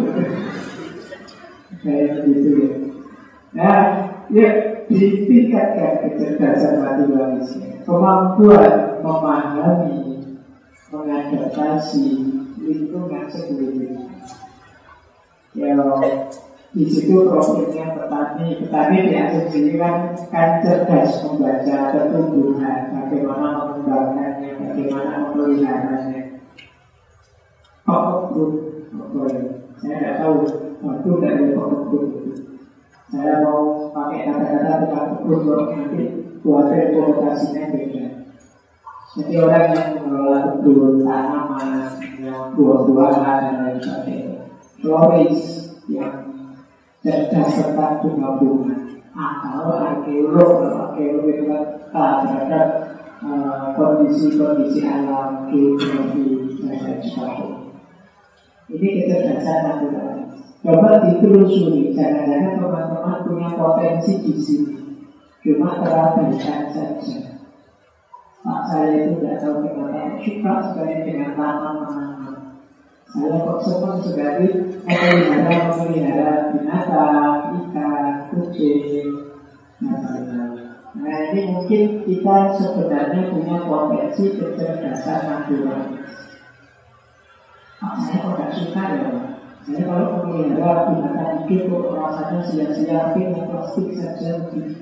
Kayak begitu ya. Nah, ya ditingkatkan kecerdasan naturalisnya, kemampuan memahami, mengadaptasi lingkungan sekeliling. Ya, di situ profilnya petani diasumsikan kan cerdas membaca pertumbuhan, bagaimana mengembangkannya, bagaimana memeliharanya. Pekebun, saya tidak tahu waktu dari pekebun itu. Saya mau pakai kata-kata tentang kebun nanti buatnya konotasinya beda. Jadi orang yang mengelola kebun, tanaman, yang buah-buahan dan lain sebagainya, floris yang cerdas tentang bunga-bunga, atau arkeolog itu kan terhadap kondisi-kondisi alam, geografi dan lain sebagainya. Ini kecerdasan naturalis. Coba ditelusuri, jangan-jangan teman-teman punya potensi di sini, cuma terabaikan saja. Pak saya itu tidak tahu kenapa suka sekali dengan tanaman. Saya kok senang sekali memelihara binatang, ikan, kucing, dan lain-lain. Nah ini mungkin kita sebenarnya punya potensi kecerdasan naturalis. Saya kok tidak suka ya Pak. Saya kalau memelihara binatang hidup kok rasanya sia-sia, dengan plastik saja begitu.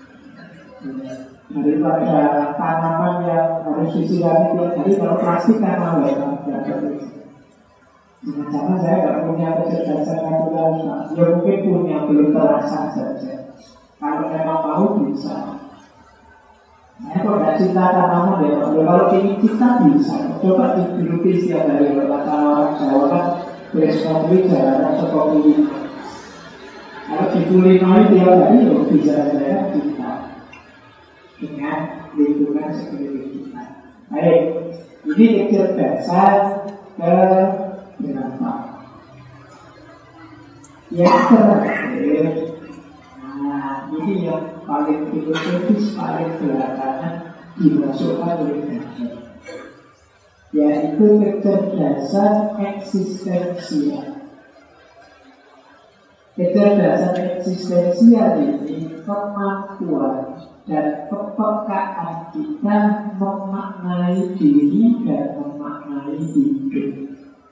Daripada tanaman yang harus disirami tiap hari, kalau plastik kan mahal ya. Jangan-jangan saya tidak punya kecerdasan naturalis. Ya mungkin punya, belum terasa saja. Kalau memang mau bisa. Saya kok tidak cinta tanaman ya. Kalau ini kita bisa. Coba digeluti setiap hari. Kata orang Jawa kan bereskopri jalan sekopri. Kalau dikulinoy tiap hari ya bisa saya cinta dengan lingkungan sekeliling kita. Baik, ini kecerdasan berapa? Yang terakhir, nah ini yang paling filosofis, paling belakangan dimasukkan oleh Gadamer, yaitu kecerdasan eksistensial. Kecerdasan eksistensial ini kemampuan dan kepekaan kita memaknai diri dan memaknai hidup.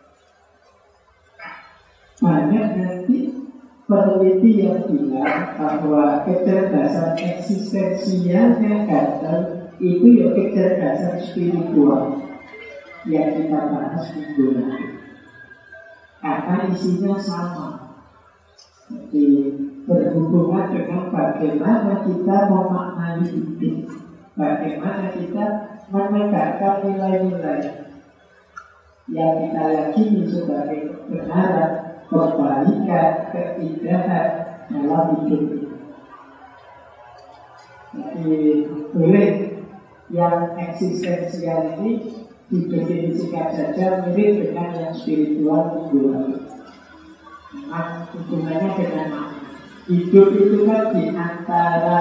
Banyak nanti peneliti yang bilang bahwa kecerdasan eksistensialnya Gadamer itu ya kecerdasan spiritual yang kita bahas minggu lalu. Karena isinya sama. Jadi berhubungan dengan bagaimana kita memaknai hidup. Bagaimana kita menegakkan nilai-nilai yang kita yakini sebagai kebenaran, kebaikan, keindahan dalam hidup ini. Jadi boleh yang eksistensial ini didefinisikan saja mirip dengan yang spiritual mingguan. Memang hubungannya dengan makna. Hidup itu kan di antara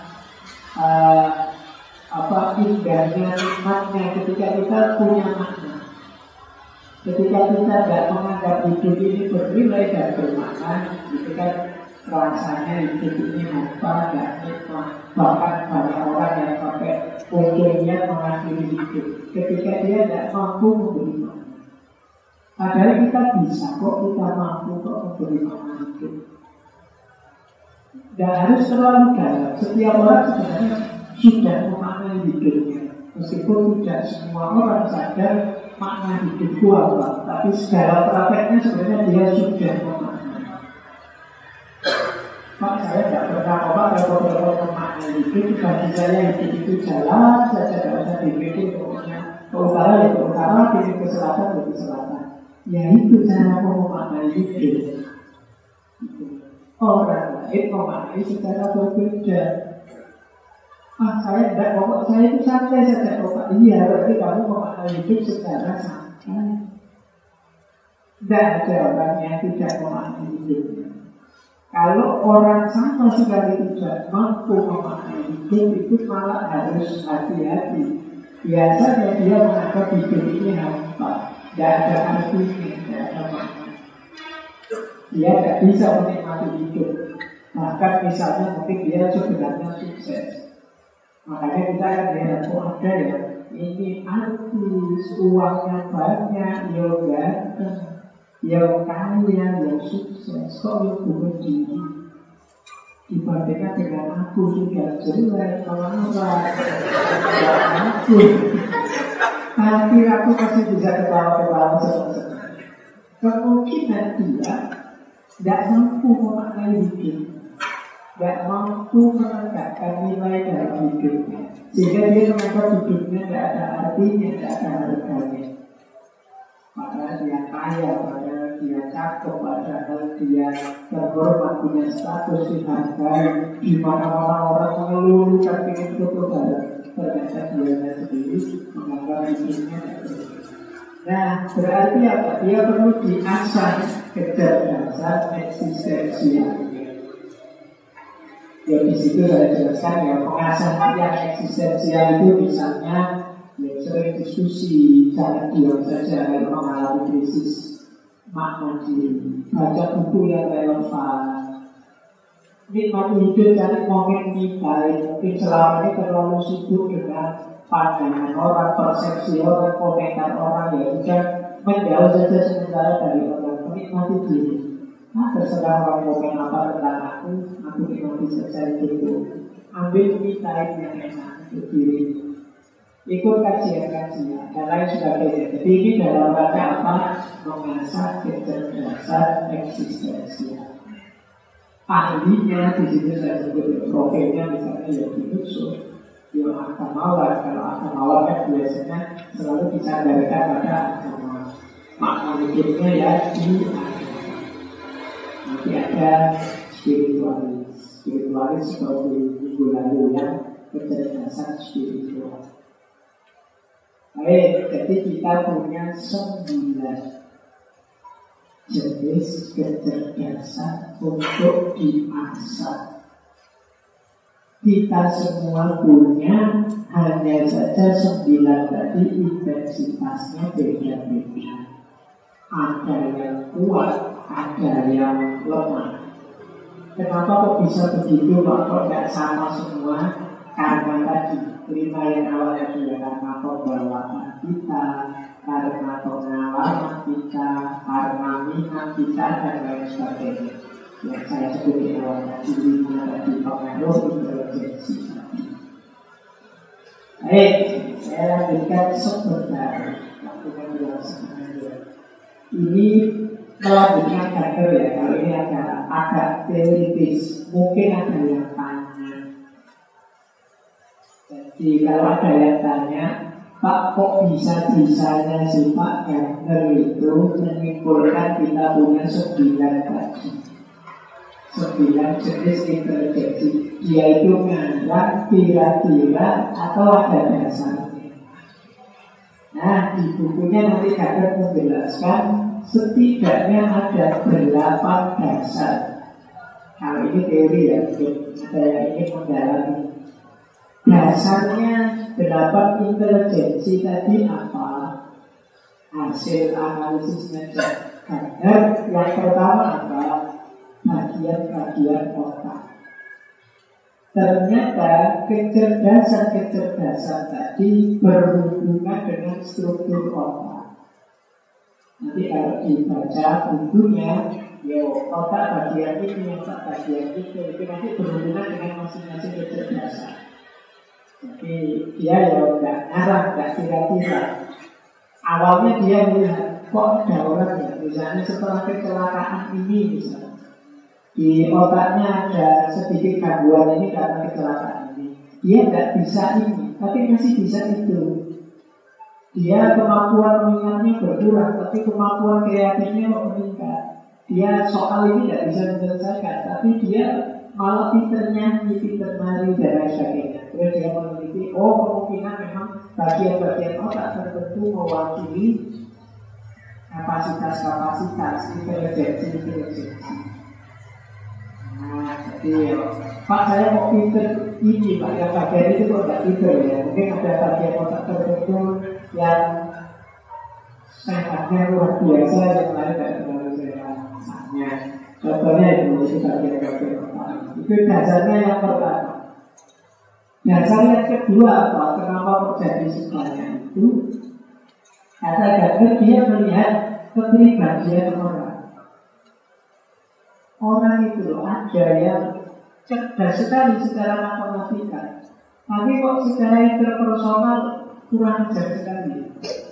indahnya, nikmatnya ketika kita punya makna. Ketika kita tidak menganggap hidup ini bernilai dan bermakna, itu kan rasanya hidup ini hampa, tidak nikmat. Bahkan banyak orang yang pakai ujungnya mengakhiri hidup ketika dia tidak mampu memberi makna. Padahal kita bisa kok, kita mampu kok memberi makna hidup. Tidak harus terlalu dalam. Setiap orang sebenarnya sudah memaknai hidupnya. Meskipun tidak semua orang sadar makna hidupku apa, tapi segala prakteknya sebenarnya dia sudah memaknai. Pak, saya tidak pernah repot-repot memaknai hidup. Bagi saya hidup itu jalan saja, tidak usah dipikir pokoknya ke utara ya ke utara, pilih ke selatan ya ke selatan. Ya itu cara memaknai hidup. Orang lain memaknai secara berbeda. Saya tidak, pokok saya itu santai saja. Iya, berarti kamu memaknai hidup secara santai. Tidak ada orang yang tidak memaknai hidupnya. Kalau orang sama sekali tidak mampu memaknai hidup, itu malah harus hati-hati. Biasanya dia menganggap hidup ini hampa, tidak ada artinya, tidak ada makna. Dia tidak bisa menikmati hidup. Bahkan misalnya mungkin dia sebenarnya sukses. Makanya kita akan lihat, ada ya, ini artis, uangnya banyak, yoga, yang kaya, yang sukses, kok yang bunuh diri dibandingkan dengan aku sudah jelek, marah, tidak aku. Tapi aku masih bisa ketawa-ketawa senang-senang. Kemungkinan dia tidak mampu memaknai hidup, tidak mampu menegakkan nilai dalam hidupnya, sehingga dia menganggap hidupnya tidak ada artinya, tidak ada harganya. Padahal dia kaya, padahal dia cakep, padahal dia terhormat, punya status dihargai, di mana-mana orang mengeluhkan ingin foto bareng. Ternyata dia sendiri menganggap hidupnya tidak ada. Nah, berarti apa? Dia perlu diasah kecerdasan eksistensial. Ya di situ saya jelaskan ya, pengasahan yang eksistensial itu misalnya ya, sering diskusi, jangan diam saja kalau mengalami krisis makna diri, baca buku yang relevan, nikmati hidup, cari momen kita. Mungkin selama ini terlalu sibuk dengan pandangan orang, persepsi orang, komentar orang, ya sudah menjauh saja sementara dari orang, menikmati diri. Nah, terserah orang komen apa tentang aku nikmati saja itu. Ambil kita yang enak untuk diri. Ikut kajian-kajian dan lain sebagainya. Jadi ini dalam rangka apa? Mengasah kecerdasan eksistensial. Ahlinya di situ saya sebut profilnya misalnya ya Yusuf, ya Akamawar. Kalau Akamawar kan biasanya selalu disandarkan pada agama. Makna hidupnya ya di agama. Nanti ada spiritualis seperti minggu lalu yang kecerdasan spiritual. Baik, jadi kita punya 9 jenis kecerdasan untuk diasah. Kita semua punya, hanya saja 9 tadi intensitasnya beda-beda. Ada yang kuat, ada yang lemah. Kenapa kok bisa begitu? Kok tidak sama semua? Karena tadi 5 yang awalnya sudah karena pembawaan kita, karena pengalaman kita, karena minat kita, dan lain sebagainya. Yang saya sebut di awal tadi 5 tadi pengaruh intelijensi tadi. Baik, saya lanjutkan sebentar. Waktunya bilang sebenarnya. Ini melanjutkan kantor ya. Kalau ini agak teoritis, mungkin ada yang tanya. Jadi Jadi kalau ada yang tanya, Pak, kok bisa-bisanya si Pak Gardner itu menyimpulkan kita punya 9 tadi, 9 jenis intelijensi. Dia itu nganggap kira-kira atau ada dasarnya. Nah, di bukunya nanti Gardner menjelaskan setidaknya ada 8 dasar. Kalau ini teori ya, ada yang ingin mendalami. Dasarnya 8 intelijensi tadi apa? Hasil analisisnya Gardner yang pertama apa? Bagian-bagian otak. Ternyata kecerdasan-kecerdasan tadi berhubungan dengan struktur otak. Nanti kalau dibaca bukunya, ya otak bagian ini, otak bagian itu nanti berhubungan dengan masing-masing kecerdasan. Jadi dia ya nggak ngarang, nggak kira-kira. Awalnya dia melihat, kok ada orang ya, misalnya setelah kecelakaan ini misalnya, di otaknya ada sedikit gangguan ini karena kecelakaan ini. Dia nggak bisa ini, tapi masih bisa itu. Dia kemampuan mengingatnya berkurang, tapi kemampuan kreatifnya meningkat. Dia soal ini nggak bisa menyelesaikan, tapi dia malah pinternya, pinter nari dan lain sebagainya. Terus dia meneliti, kemungkinan memang bagian-bagian otak tertentu mewakili kapasitas intelijensi. Nah, jadi Pak, saya mau pinter ini, Pak, yang bagian itu kok nggak pinter ya. Mungkin ada bagian otak tertentu yang sehatnya luar biasa, yang lain tidak terlalu sehatnya. Contohnya itu bagian-bagian otak. Itu dasarnya yang pertama. Dasar yang kedua apa? Kenapa terjadi sebenarnya itu? Kata Gardner, dia melihat kepribadian orang. Orang itu ada yang cerdas sekali secara matematika, tapi kok secara interpersonal kurang cerdas sekali.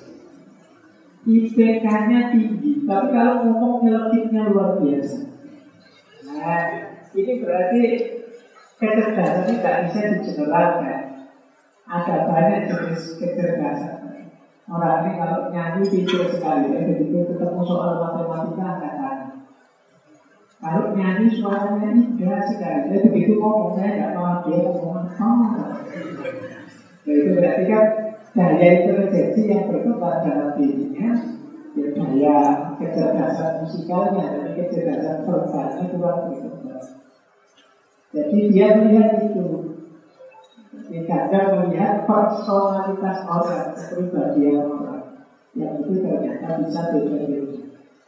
IPK-nya tinggi, tapi kalau ngomong nyelekitnya luar biasa. Nah, ini berarti kecerdasan ini tidak bisa dijelaskan. Ada banyak jenis kecerdasan. Orang ini kalau nyanyi pintar sekali, begitu ketemu soal matematika nggak tahu. Kalau nyanyi suaranya indah sekali, begitu ngomong saya nggak tahu dia ngomong apa. Itu berarti kan daya intelijensi yang berkembang dalam dirinya, ya daya kecerdasan musikalnya, dan kecerdasan verbalnya kurang berkembang. Jadi dia melihat itu. Gardner melihat personalitas orang, kepribadian orang, yang itu ternyata bisa beda-beda.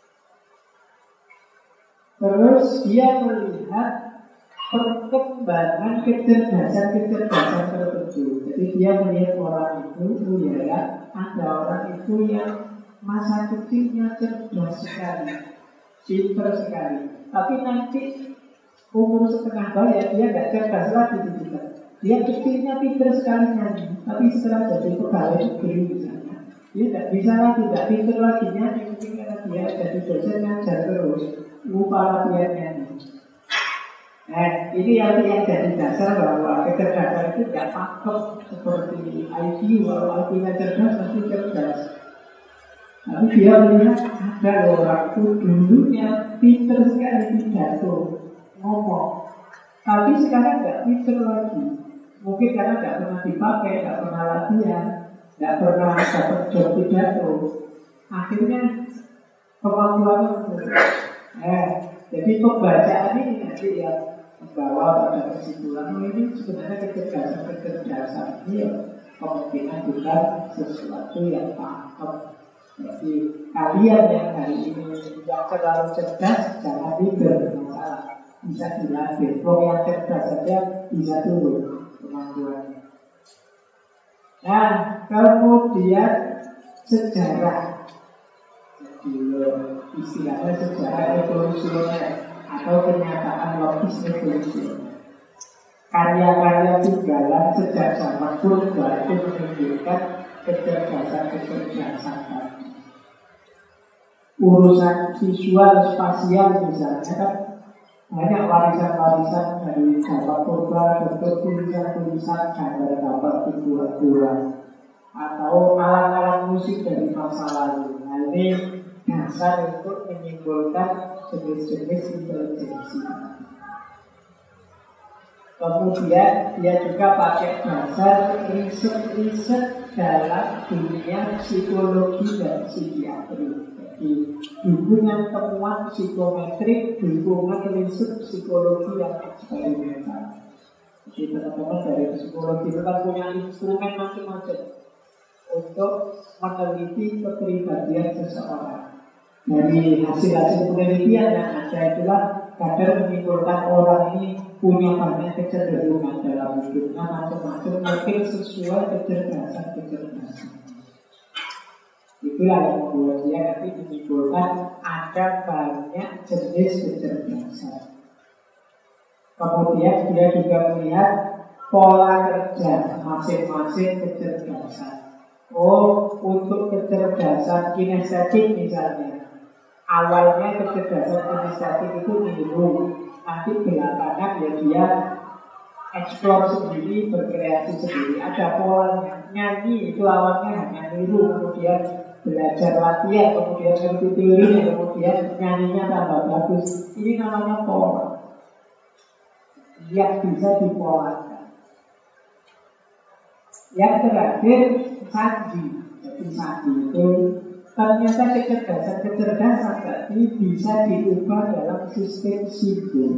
Terus dia melihat perkembangan kecerdasan tertentu. Jadi dia melihat orang itu, ya, ada orang itu yang masa kecilnya cerdas sekali, pintar sekali, tapi nanti umur setengah bayar dia nggak cerdas lagi gitu. Dia kecilnya pintar sekali nyanyi, tapi setelah jadi pegawai negeri misalnya, dia tidak bisa lagi, tidak pintar lagi nyanyi, mungkin karena dia jadi dosen ngajar terus, lupa latihan nyanyi. Nah, ini yang jadi dasar bahwa kecerdasan itu tidak pakem seperti IQ. Kalau IQ-nya cerdas, pasti cerdas. Tapi dia melihat ada orang itu dulunya pintar sekali pidato, ngomong, tapi sekarang nggak pintar lagi. Mungkin karena nggak pernah dipakai, nggak pernah latihan, nggak pernah dapat job pidato. Akhirnya kemampuannya jadi pembacaan ini nanti yang membawa pada kesimpulan ini sebenarnya kecerdasan ini kemungkinan bukan sesuatu yang pakem. Jadi kalian yang hari ini yang terlalu cerdas jangan bermasalah, bisa dilatih. Kalau yang cerdas saja bisa turun kemampuannya. Nah, kemudian sejarah. Jadi istilahnya sejarah evolusioner atau kenyataan logis evolusioner. Karya-karya tunggalan sejak zaman purba itu menunjukkan kecerdasan tadi. Urusan visual spasial misalnya kan banyak warisan-warisan dari gambar purba, bentuk tulisan-tulisan, gambar-gambar figuran-figuran, atau alat-alat musik dari masa lalu. Nah, ini dasar untuk menyimpulkan jenis-jenis intelijensi. Kemudian dia juga pakai dasar riset-riset dalam dunia psikologi dan psikiatri. Jadi dukungan temuan psikometrik, dukungan riset psikologi yang eksperimental. Jadi teman-teman dari psikologi itu kan punya instrumen macam-macam untuk meneliti kepribadian seseorang. Dari hasil-hasil penelitian yang ada itulah kadang menyimpulkan orang ini punya banyak kecenderungan dalam hidupnya macam-macam, mungkin sesuai kecerdasan. Itulah yang membuat dia nanti menyimpulkan ada banyak jenis kecerdasan. Kemudian dia juga melihat pola kerja masing-masing kecerdasan. Oh, untuk kecerdasan kinestetik misalnya, awalnya kecerdasan kinestetik itu niru, nanti belakangan ya dia eksplor sendiri, berkreasi sendiri. Ada polanya. Nyanyi itu awalnya hanya niru, kemudian belajar latihan, kemudian ngerti teorinya, kemudian nyanyinya tambah bagus. Ini namanya pola yang bisa dipolakan. Yang terakhir sandi. Jadi sandi itu ternyata kecerdasan tadi bisa diubah dalam sistem simbol.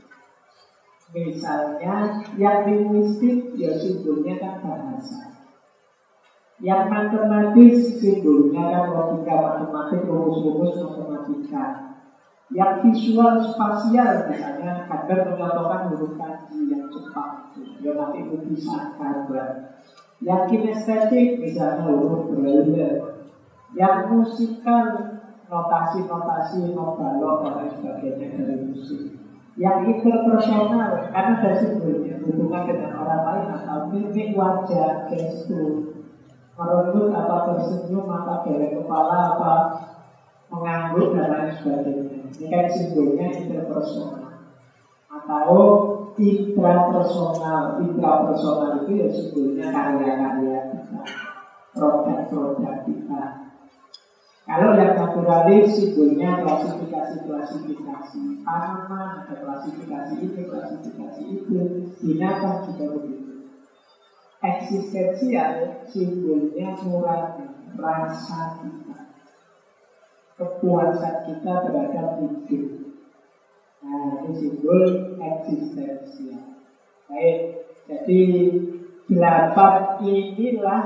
Misalnya yang linguistik ya simbolnya kan bahasa, yang matematis simbolnya kan logika matematik, rumus-rumus matematika. Yang visual spasial misalnya kadang mencontohkan huruf kanji yang cepat itu, ya nanti itu bisa gambar. Yang kinestetik misalnya huruf braille. Yang musikal notasi-notasi, nobalok dan sebagainya dari musik. Yang interpersonal karena ada simbolnya, hubungan dengan orang lain atau mimik wajah, gestur, merenggut apa tersenyum, apa geleng kepala, apa mengangguk dan lain sebagainya. Ini kan simbolnya interpersonal atau intrapersonal. Intrapersonal itu ya simbolnya karya-karya kita, produk-produk kita. Kalau yang naturalis simbolnya klasifikasi. Tanaman ada klasifikasi itu, binatang juga begitu. Eksistensial simbolnya nurani, rasa kita, kepuasan kita terhadap hidup. Nah, ini simbol eksistensial. Baik, jadi 8 inilah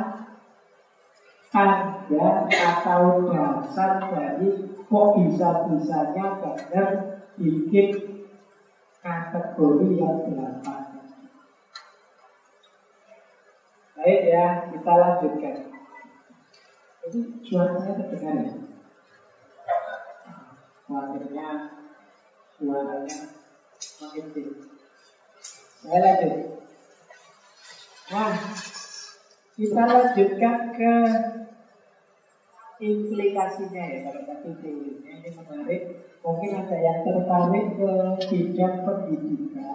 tanda atau dasar dari kok bisa-bisanya kadang bikin kategori yang 8. Baik ya, kita lanjutkan. Ini suaranya terdengar ya? Suaranya mengecil. Saya lanjut. Nah, kita lanjutkan ke implikasinya ya. Kalau tadi teorinya ini menarik. Mungkin ada yang tertarik ke bidang pendidikan.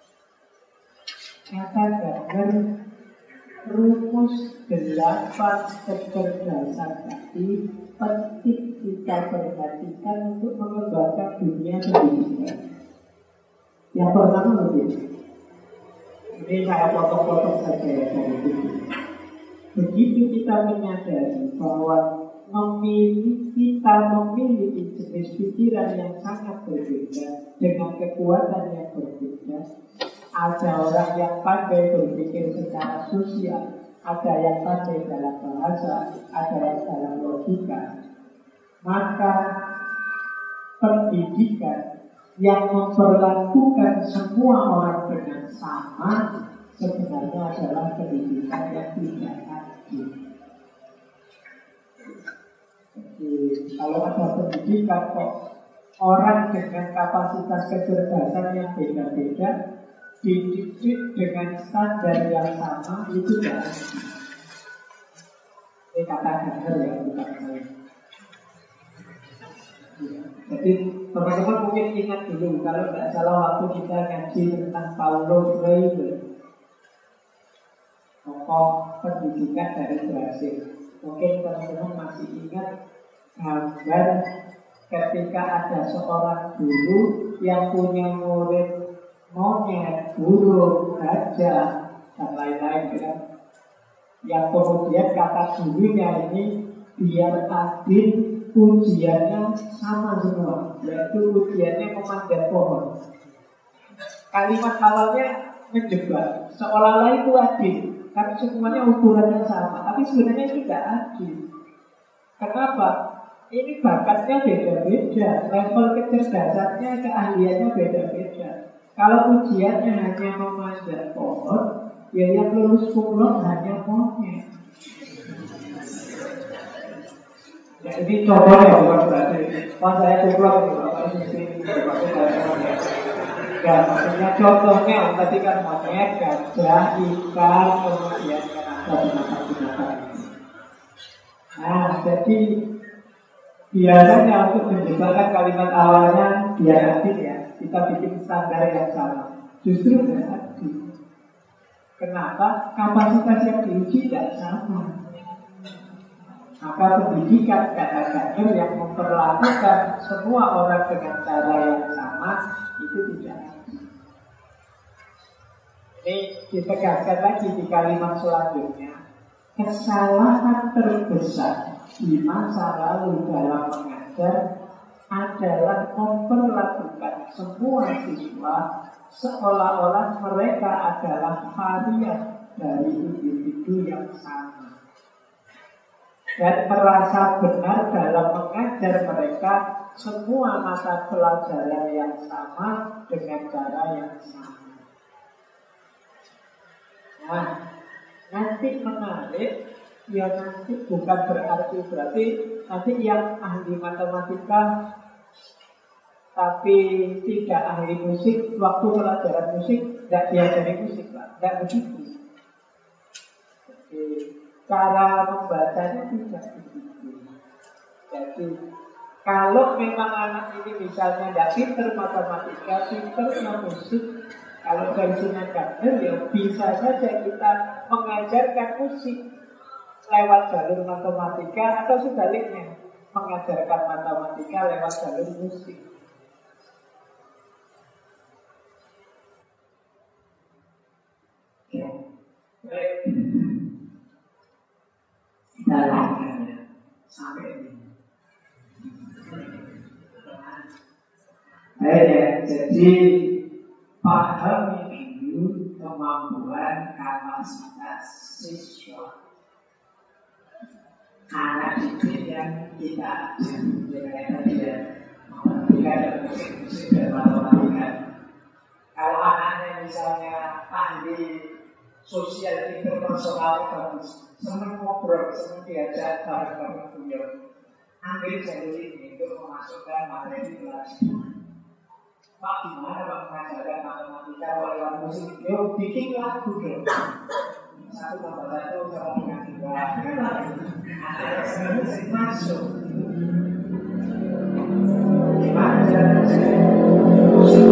Kata Gardner, rumus 8 kecerdasan tadi penting kita perhatikan untuk mengembangkan dunia pendidikan. Yang pertama begini. Ini saya potong-potong saja ya dari buku. Begitu kita menyadari bahwa kita memiliki jenis pikiran yang sangat berbeda dengan kekuatan yang berbeda. Ada orang yang pandai berpikir secara sosial, ada yang pandai dalam bahasa, ada yang dalam logika. Maka pendidikan yang memperlakukan semua orang dengan sama sebenarnya adalah pendidikan yang tidak adil. Jadi kalau ada pendidikan kok orang dengan kapasitas kecerdasan yang beda-beda dididik dengan standar yang sama, itu tidak adil. Ini kata Gardner ya, bukan saya. Jadi teman-teman mungkin ingat dulu, kalau tidak salah waktu kita ngaji tentang Paulo Freire, tokoh pendidikan dari Brasil. Mungkin teman-teman masih ingat gambar ketika ada seorang guru yang punya murid monyet, burung, gajah, dan lain-lain kan. Yang kemudian kata gurunya ini biar adil ujiannya sama semua, yaitu ujiannya memanjat pohon. Kalimat awalnya menjebak, seolah-olah itu adil, tapi semuanya ukurannya sama. Tapi sebenarnya itu tidak adil. Kenapa? Ini bakatnya beda-beda, level kecerdasannya, keahliannya beda-beda. Kalau ujiannya hanya memanjat pohon, ya yang lulus kumlot hanya monyet. Ya ini contohnya bukan berarti pas saya kumlot itu apa ini ya, maksudnya contohnya tadi kan monyet, gajah, ikan, kemudian kan ada binatang-binatang. Nah, jadi biasanya untuk menjebakkan kalimat awalnya biar adil ya, kita bikin standar yang sama. Justru tidak adil. Kenapa? Kapasitas yang diuji tidak sama. Maka pendidikan kata-kata yang memperlakukan semua orang dengan cara yang sama itu tidak adil. Ini ditegaskan lagi di kalimat selanjutnya. Kesalahan terbesar di masa lalu dalam mengajar adalah memperlakukan semua siswa seolah-olah mereka adalah varian dari individu yang sama, dan merasa benar dalam mengajar mereka semua mata pelajaran yang sama dengan cara yang sama. Nah, nanti menarik, ya nanti bukan berarti nanti yang ahli matematika tapi tidak ahli musik, waktu pelajaran musik tidak diajari musik, Pak. Tidak begitu. Jadi cara membacanya tidak begitu. Jadi kalau memang anak ini misalnya tidak pinter matematika, pinternya musik, kalau versinya Gardner ya bisa saja kita mengajarkan musik lewat jalur matematika atau sebaliknya mengajarkan matematika lewat jalur musik. Ya, baik. Kita lanjutkan ya sampai ini. Baik ya, jadi pahami dulu kemampuan kapasitas siswa anak didik yang kita ajar. Kayak tadi ya, matematika dan musik dan matematika. Kalau anaknya misalnya ahli sosial interpersonal bagus, senang ngobrol, senang diajak bareng-bareng beliau, ambil jalur ini untuk memasukkan materi pelajaran. Pak, gimana Pak mengajarkan matematika lewat musik? Yuk, bikin lagu dong. 1+1 sama dengan 2. Kan lagu. Ada yang musik masuk. Gimana cara musik? Musik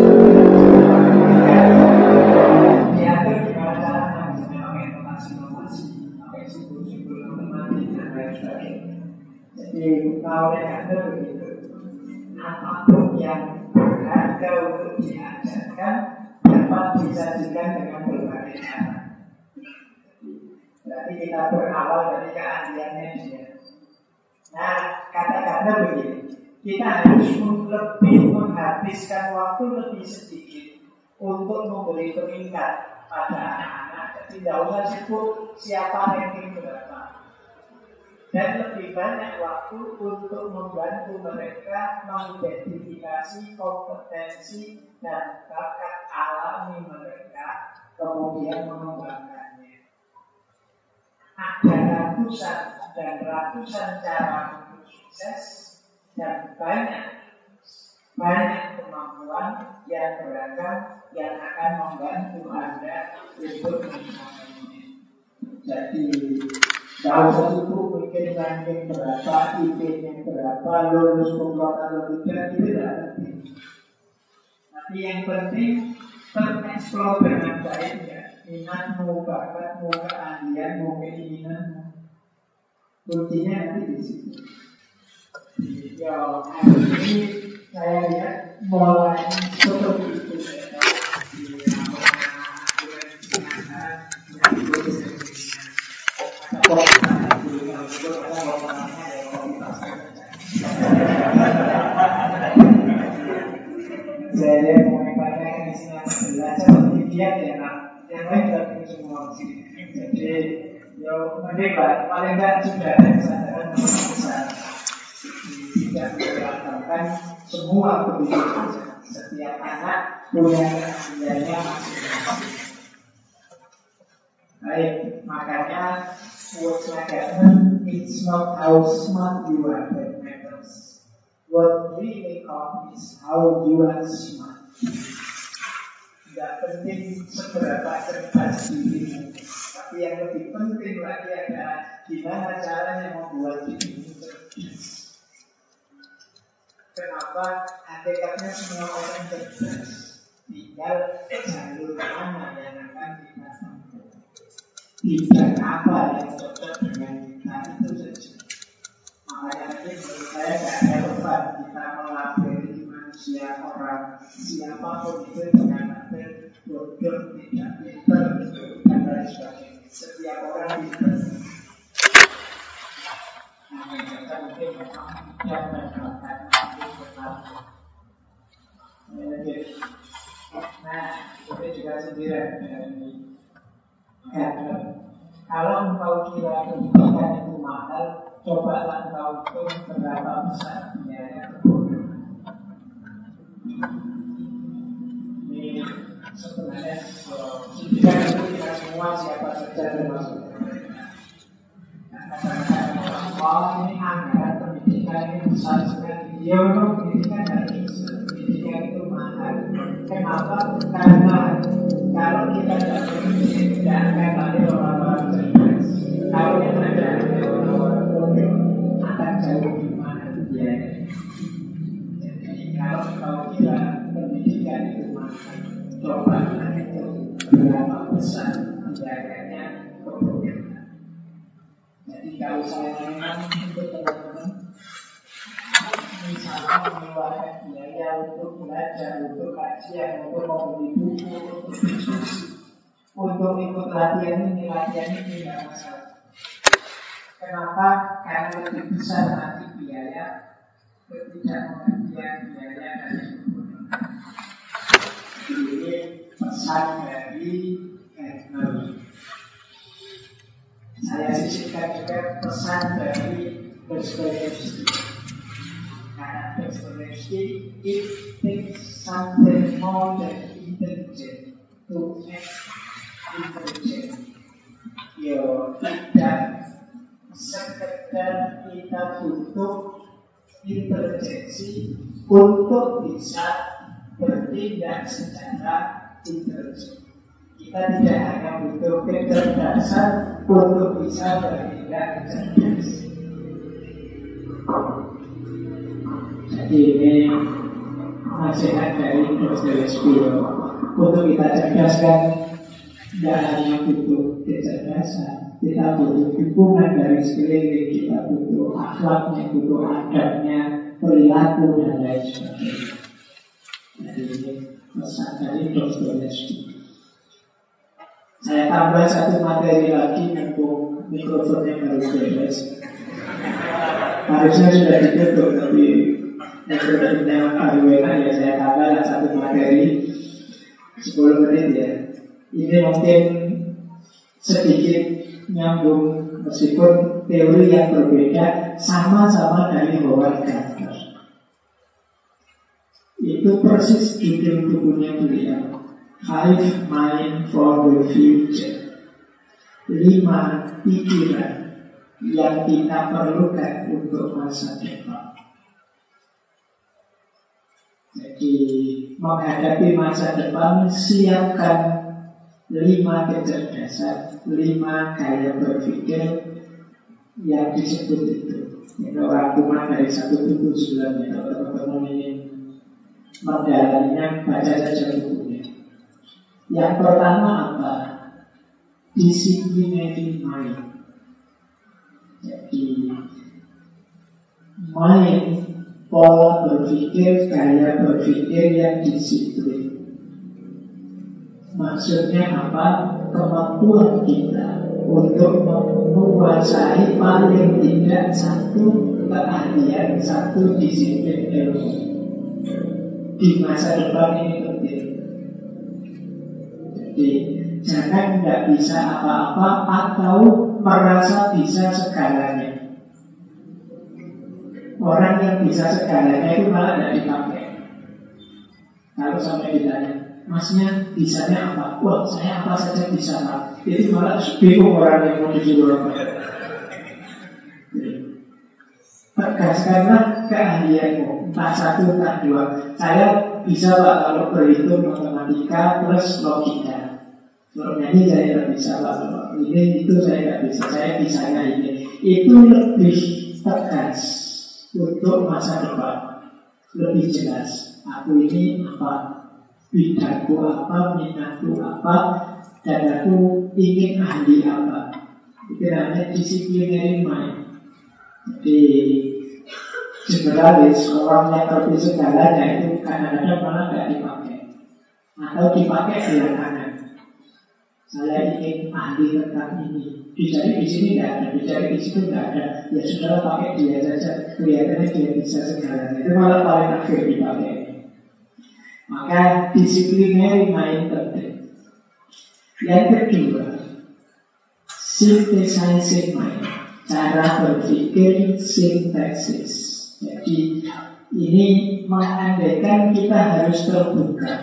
diatur gimana cara mengajarkan pakai notasi-notasi, pakai simbol-simbol matematika dan lain sebagainya. Jadi kalau yang ada begitu, apapun yang berharga untuk diajarkan dapat disajikan dengan berbagai cara. Berarti kita berawal dari keahliannya dia. Nah, kata-kata begini, kita harus lebih menghabiskan waktu lebih sedikit untuk memberi peringkat pada anak-anak. Jadi tidak usah sibuk siapa ranking berapa. Dan lebih banyak waktu untuk membantu mereka mengidentifikasi kompetensi dan bakat alami mereka, kemudian mengembangkannya. Ada ratusan dan ratusan cara untuk sukses dan banyak kemampuan yang beragam yang akan membantu Anda untuk mengembangkannya. Jadi Gak usah sibuk mikir ranking berapa, IP-nya berapa, lulus kumlot atau tidak, itu tidak penting. Tapi yang penting tereksplor dengan baik ya, minatmu, bakatmu, keahlianmu, keinginanmu. Kuncinya nanti di situ. Ya, hari ini saya lihat mulai seperti itu ya. Saya mengenai isinya belajar dia yang lain tidak semua sih. Jadi ya mereka paling tidak sudah ada kesadaran besar tidak melakukan semua kebutuhan. Setiap anak punya keahliannya masing-masing. Baik, makanya quotes like that, it's not how smart you are that matters. What really counts is how you are smart. Tidak penting seberapa cerdas dirimu, tapi yang lebih penting lagi adalah gimana caranya membuat dirimu cerdas. Kenapa hakikatnya semua orang cerdas? Tinggal jalur mana yang akan kita tempuh. Tidak apa yang cocok dengan kita itu saja. Makanya ini menurut saya tidak relevan kita melabeli manusia orang siapapun itu dengan label bodoh, tidak pintar dan lain sebagainya. Setiap orang pintar. Nah, kita mungkin memang tidak mendapatkan mungkin benar. Nah, itu juga sendirian dari kalau engkau kira pendidikan itu mahal, cobalah engkau hitung berapa besar biaya kebodohan. Ini sebenarnya pendidikan itu kita semua siapa saja termasuk mereka. Kadang-kadang orang ini anggaran pendidikan ini besar sekali. Ya memang pendidikan dari pendidikan itu mahal. Kenapa? Karena kalau kita tidak akan ada orang-orang cerdas. Kalau kita tidak ada orang-orang bodoh, akan jauh di mana biayanya. Jadi kalau kau kira pendidikan itu mahal, coba itu berapa besar biayanya kebodohan. Jadi kalau saya memang untuk teman-teman, misalnya mengeluarkan biaya untuk belajar, untuk kajian, untuk membeli buku, untuk diskusi, untuk ikut latihan ini tidak masalah. Kenapa? Karena lebih besar nanti biaya ketidakmengertian biaya dari kebodohan. Ini pesan dari Edmund. Saya sisipkan juga pesan dari Dostoyevsky. Karena Dostoyevsky, it takes something more than intelligent to act intelligent. Yo, tidak sekedar kita butuh intelijensi untuk bisa bertindak secara intelijen. Kita tidak hanya butuh kecerdasan untuk bisa bertindak cerdas. Jadi ini nasihat dari Dostoyevsky untuk kita cerdaskan. Tidak hanya butuh kecerdasan, kita butuh dukungan dari sekeliling, kita butuh akhlaknya, butuh adabnya, perilaku dan lain sebagainya. Jadi ini pesan dari Dostoyevsky. Saya tambah satu materi lagi, mumpung mikrofonnya baru beres. Harusnya sudah ditutup, tapi mikrofonnya baru enak ya. Saya tambah satu materi 10 menit ya. Ini mungkin sedikit nyambung meskipun teori yang berbeda, sama-sama dari Howard Gardner. Itu persis judul bukunya beliau, 5 Mind for the Future. 5 pikiran yang kita perlukan untuk masa depan. Jadi menghadapi masa depan, siapkan 5 kecerdasan, 5 gaya berpikir yang disebut itu. Itu rangkuman dari satu buku sebelumnya. Kalau teman-teman ingin mendalaminya, baca saja bukunya. Yang pertama apa? Disciplinary mind. Jadi mind, pola berpikir, gaya berpikir yang disiplin. Maksudnya apa? Kemampuan kita untuk menguasai paling tidak satu keahlian, satu disiplin ilmu. Di masa depan ini penting. Jadi jangan tidak bisa apa-apa atau merasa bisa segalanya. Orang yang bisa segalanya itu malah tidak dipakai. Kalau sampai ditanya, Masnya bisanya apa? Wah, saya apa saja bisa, Pak. Itu malah bingung orang yang mau disuruh apa. Tegaskanlah keahlianmu, entah satu, entah dua. Saya bisa, Pak, kalau berhitung matematika plus logika. Kalau nyanyi saya tidak bisa, Pak. Kalau ini itu saya tidak bisa. Saya bisanya ini. Itu lebih tegas untuk masa depan. Lebih jelas. Aku ini apa? Bidangku apa, minatku apa, dan aku ingin ahli apa. Itu namanya disciplinary mind. Jadi generalis, orang yang lebih segalanya itu kadang-kadang malah tidak dipakai, atau dipakai belakangan. Saya ingin ahli tentang ini. Dicari di sini tidak ada, dicari di situ tidak ada. Ya sudah, pakai dia saja. Kelihatannya dia bisa segalanya. Itu malah paling akhir dipakai. Maka disiplinnya main penting. Yang kedua, synthesizing mind, cara berpikir sintesis. Jadi ini mengandaikan kita harus terbuka.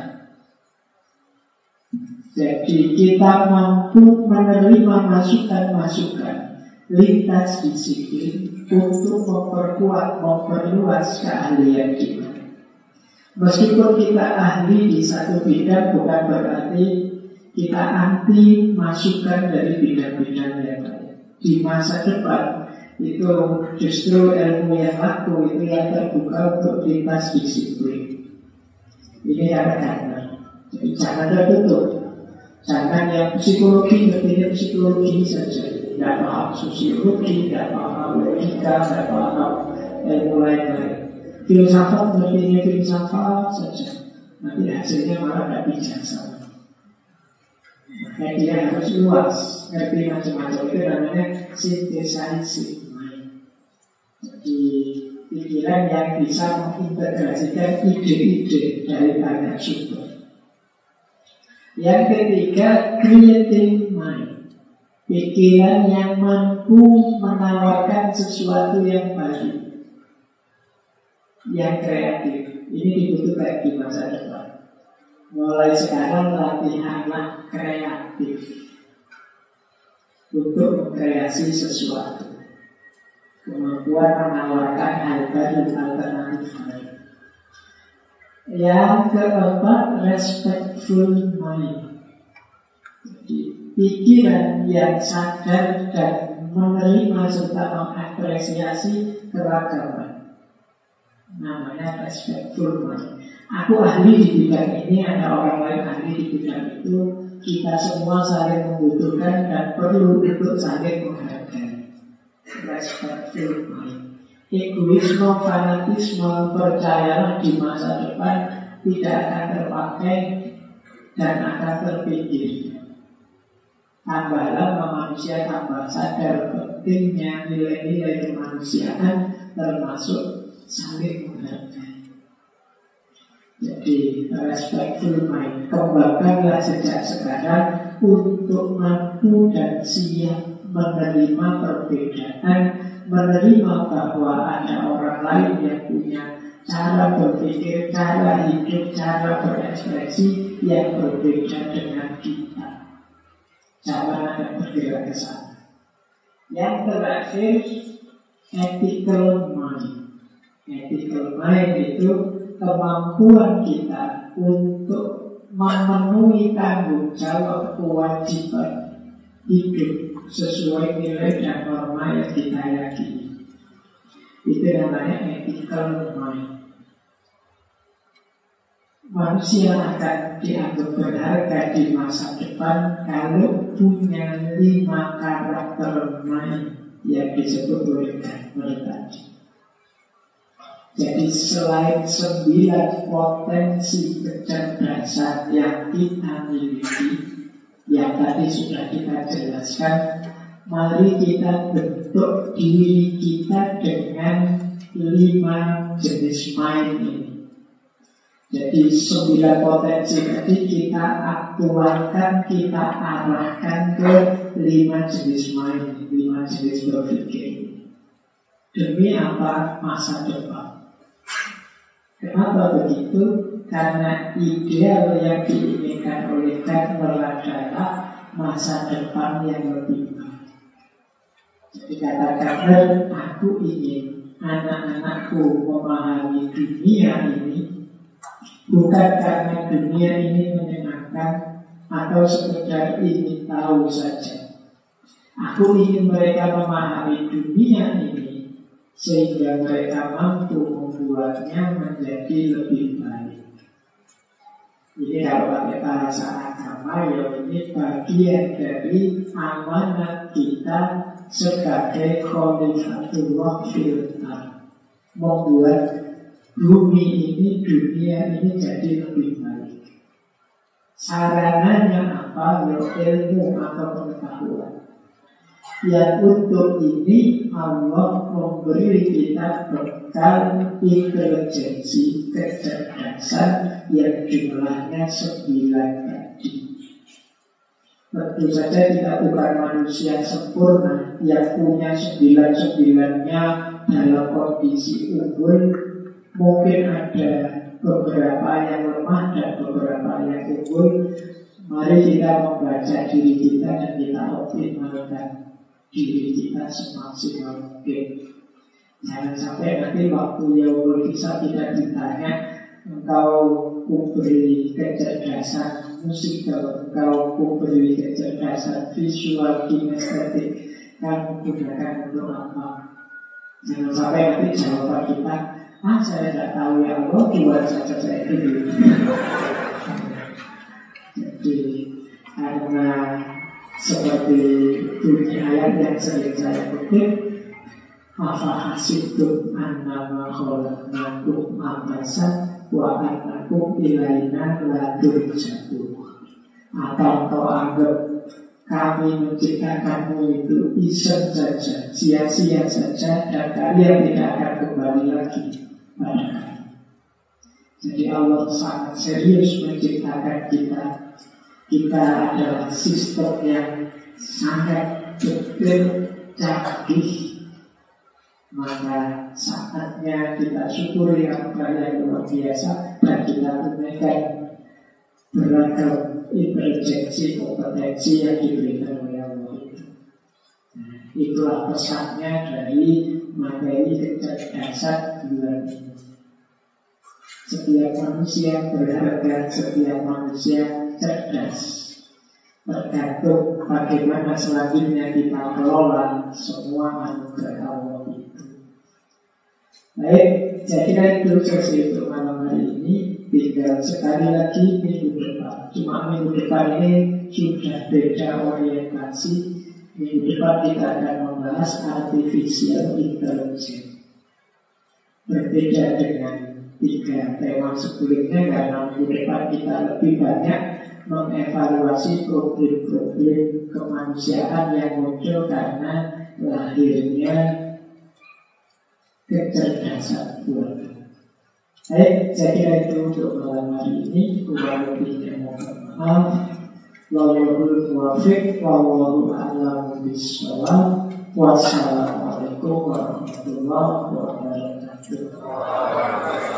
Jadi kita mampu menerima masukan-masukan lintas disiplin untuk memperkuat, memperluas keahlian kita. Meskipun kita ahli di satu bidang, bukan berarti kita anti masukan dari bidang-bidang yang lain. Di masa depan itu justru ilmu yang laku, itu yang terbuka untuk lintas disiplin. Ini yang benar. Jadi jangan tertutup. Jangan yang psikologi ngertinya psikologi saja, tidak paham sosiologi, tidak paham logika, tidak paham ilmu lain-lain. Filsafat ngertinya filsafat saja, nanti hasilnya malah tidak bijaksana. Maka dia harus luas, ngerti macam-macam. Itu namanya synthesizing mind. Jadi pikiran yang bisa mengintegrasikan ide-ide dari banyak sumber. Yang ketiga, creative mind, pikiran yang mampu menawarkan sesuatu yang baru, yang kreatif. Ini dibutuhkan di masa depan. Mulai sekarang latihanlah kreatif untuk mengkreasi sesuatu, kemampuan menawarkan hal baru, alternatif baru. Yang keempat, respectful mind. Jadi pikiran yang sadar dan menerima serta mengapresiasi keragaman, namanya respectful mind. Aku ahli di bidang ini, ada orang lain ahli di bidang itu. Kita semua saling membutuhkan dan perlu untuk saling menghargai. Respectful mind. Egoisme, fanatisme, percayalah di masa depan tidak akan terpakai dan akan terpinggir. Tambahlah manusia tambah sadar pentingnya nilai-nilai kemanusiaan, termasuk saling menghargai. Jadi respectful mind, kembangkanlah sejak sekarang untuk mampu dan siap menerima perbedaan, menerima bahwa ada orang lain yang punya cara berpikir, cara hidup, cara berekspresi yang berbeda dengan kita. Jangan ada bergerak ke sana. Yang terakhir, ethical mind. Ethical mind itu kemampuan kita untuk memenuhi tanggung jawab kewajiban hidup sesuai nilai dan norma yang kita yakini. Itu namanya ethical mind. Manusia akan dianggap berharga di masa depan kalau punya 5 karakter mind yang disebut oleh Gardner tadi. Jadi selain 9 potensi kecerdasan yang kita miliki, yang tadi sudah kita jelaskan, mari kita bentuk diri kita dengan 5 jenis mind ini. Jadi 9 potensi tadi kita aktualkan, kita arahkan ke 5 jenis mind, 5 jenis berpikir. Demi apa? Masa depan. Kenapa begitu? Karena ideal yang diinginkan oleh Gardner adalah masa depan yang lebih baik. Jadi kata Gardner, aku ingin anak-anakku memahami dunia ini bukan karena dunia ini menyenangkan atau sekedar ingin tahu saja. Aku ingin mereka memahami dunia ini sehingga mereka mampu membuatnya menjadi lebih baik. Ini kalau pakai bahasa agama, ya ini bagian dari amanat kita sebagai khalifatullah fil ardh, membuat bumi ini, dunia ini jadi lebih baik. Sarananya apa? Ya ilmu atau pengetahuan. Yang untuk ini Allah memberi kita bekal intelijensi, kecerdasan yang jumlahnya 9 tadi. Tentu saja kita bukan manusia sempurna yang punya 9-9-nya dalam kondisi unggul. Mungkin ada beberapa yang lemah dan beberapa yang unggul. Mari kita membaca diri kita dan kita optimalkan diri kita semaksimal mungkin. Jangan sampai nanti waktu yaumul hisab tidak ditanya, engkau kuberi kecerdasan musik, kalau engkau kuberi kecerdasan visual, kinestetik, kamu gunakan untuk apa? Jangan sampai nanti jawaban kita, saya tidak tahu ya Allah, buat saja saya dulu. Jadi karena seperti bunyi ayat yang sering saya kutip, afahasibtum annama khalaqnakum abasan wa annakum ilaina la turja'un. Apa engkau anggap kami menciptakanmu itu iseng saja, sia-sia saja, dan kalian tidak akan kembali lagi pada kami. Jadi Allah sangat serius menciptakan kita. Kita adalah sistem yang sangat detail, canggih. Maka saatnya kita syukuri apa yang luar biasa dan kita tunaikan beragam intelijensi, kompetensi yang diberikan oleh Allah itu. Itulah pesannya dari materi kecerdasan bulan ini. Setiap manusia berharga, setiap manusia cerdas. Tergantung bagaimana selanjutnya kita kelola semua anugerah Allah itu. Baik, jadi itu sesi untuk malam hari ini. Tinggal sekali lagi minggu depan. Cuma minggu depan ini sudah beda orientasi. Minggu depan kita akan membahas artificial intelligence. Berbeda dengan 3 tema sebelumnya, karena minggu depan kita lebih banyak mengevaluasi problem-problem kemanusiaan yang muncul karena lahirnya kecerdasan buatan. Baik, saya itu untuk malam hari ini. Kurang lebihnya mohon maaf. Wallahul muwaffiq, wallahu a'lamu bishawab. Wassalamualaikum warahmatullahi wabarakatuh.